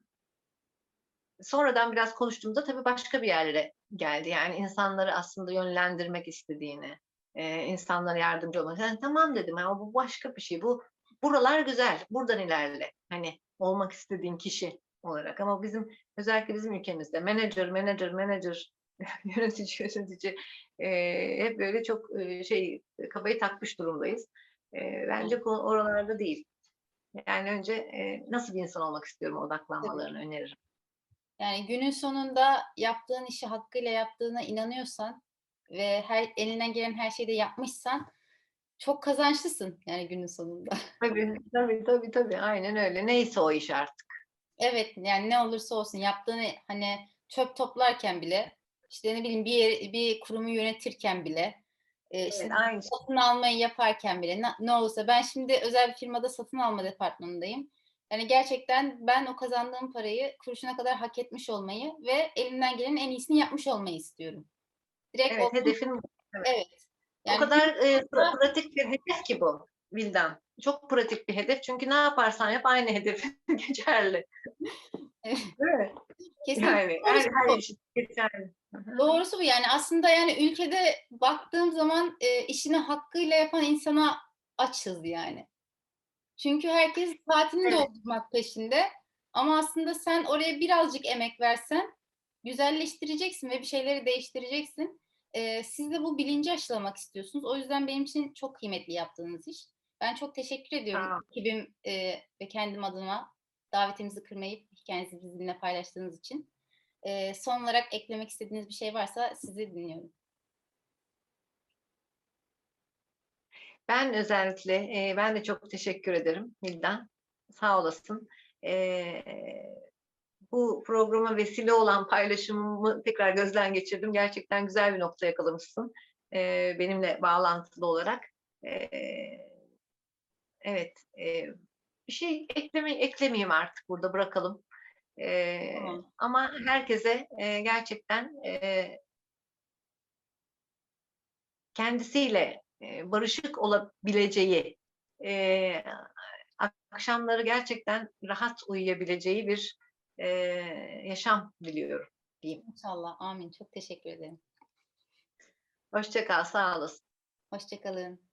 Speaker 2: sonradan biraz konuştuğumda tabii başka bir yerlere geldi. Yani insanları aslında yönlendirmek istediğini, e, insanlara yardımcı olmak. Yani tamam dedim, ama bu başka bir şey. Bu buralar güzel, buradan ilerle. Hani olmak istediğin kişi olarak. Ama bizim, özellikle bizim ülkemizde manager, manager, manager, yönetici, yönetici, e, hep böyle çok e, şey, kafayı takmış durumdayız. E, bence konu oralarda değil. Yani önce e, nasıl bir insan olmak istiyorum
Speaker 1: Tabii.
Speaker 2: odaklanmalarını öneririm.
Speaker 1: Yani günün sonunda yaptığın işi hakkıyla yaptığına inanıyorsan ve her elinden gelen her şeyi de yapmışsan çok kazançlısın yani günün sonunda.
Speaker 2: Tabii, tabii, tabii, tabii. Aynen öyle. Neyse o iş artık.
Speaker 1: Evet, yani ne olursa olsun yaptığını, hani, çöp toplarken bile, işte, ne bileyim, bir yeri bir kurumu yönetirken bile, eee, işte,
Speaker 2: Evet, aynı şey.
Speaker 1: satın almayı yaparken bile na ne olursa ben şimdi özel bir firmada satın alma departmanındayım. Yani gerçekten ben o kazandığım parayı kuruşuna kadar hak etmiş olmayı ve elimden gelenin en iyisini yapmış olmayı istiyorum. Direkt
Speaker 2: Evet,
Speaker 1: olduğum.
Speaker 2: hedefin bu. Evet.
Speaker 1: Evet.
Speaker 2: O
Speaker 1: Yani günün
Speaker 2: kadar e, pra-
Speaker 1: sonunda.
Speaker 2: pratik bir hedef ki bu, Vildan. Çok pratik bir hedef. Çünkü ne yaparsan yap aynı hedef geçerli. Değil mi?
Speaker 1: Kesinlikle
Speaker 2: Yani
Speaker 1: doğrusu
Speaker 2: her, her
Speaker 1: bu.
Speaker 2: iş geçerli. Hı hı.
Speaker 1: Doğrusu bu. Yani, aslında, yani, ülkede baktığım zaman, eee, işini hakkıyla yapan insana açız, yani. Çünkü herkes saatini
Speaker 2: Evet,
Speaker 1: doldurmak peşinde ama aslında sen oraya birazcık emek versen güzelleştireceksin ve bir şeyleri değiştireceksin. Eee, siz de bu bilinci aşılamak istiyorsunuz. O yüzden benim için çok kıymetli yaptığınız iş. Ben çok teşekkür ediyorum
Speaker 2: sağ ol.
Speaker 1: ekibim, eee, ve kendim adıma davetimizi kırmayıp hikâyenizi bizimle paylaştığınız için. Eee, son olarak eklemek istediğiniz bir şey varsa sizi dinliyorum.
Speaker 2: Ben özellikle, e, ben de çok teşekkür ederim Vildan. Sağ olasın. E, bu programa vesile olan paylaşımımı tekrar gözden geçirdim. Gerçekten güzel bir nokta yakalamışsın. E, benimle bağlantılı olarak. E, evet, e, bir şey ekleme, eklemeyeyim artık, burada bırakalım. E,
Speaker 1: Tamam.
Speaker 2: ama herkese e, gerçekten e, kendisiyle e, barışık olabileceği, e, akşamları gerçekten rahat uyuyabileceği bir e, yaşam diliyorum diyeyim.
Speaker 1: İnşallah. Amin. Çok teşekkür ederim.
Speaker 2: Hoşça kal, sağ olasın.
Speaker 1: Hoşça kalın.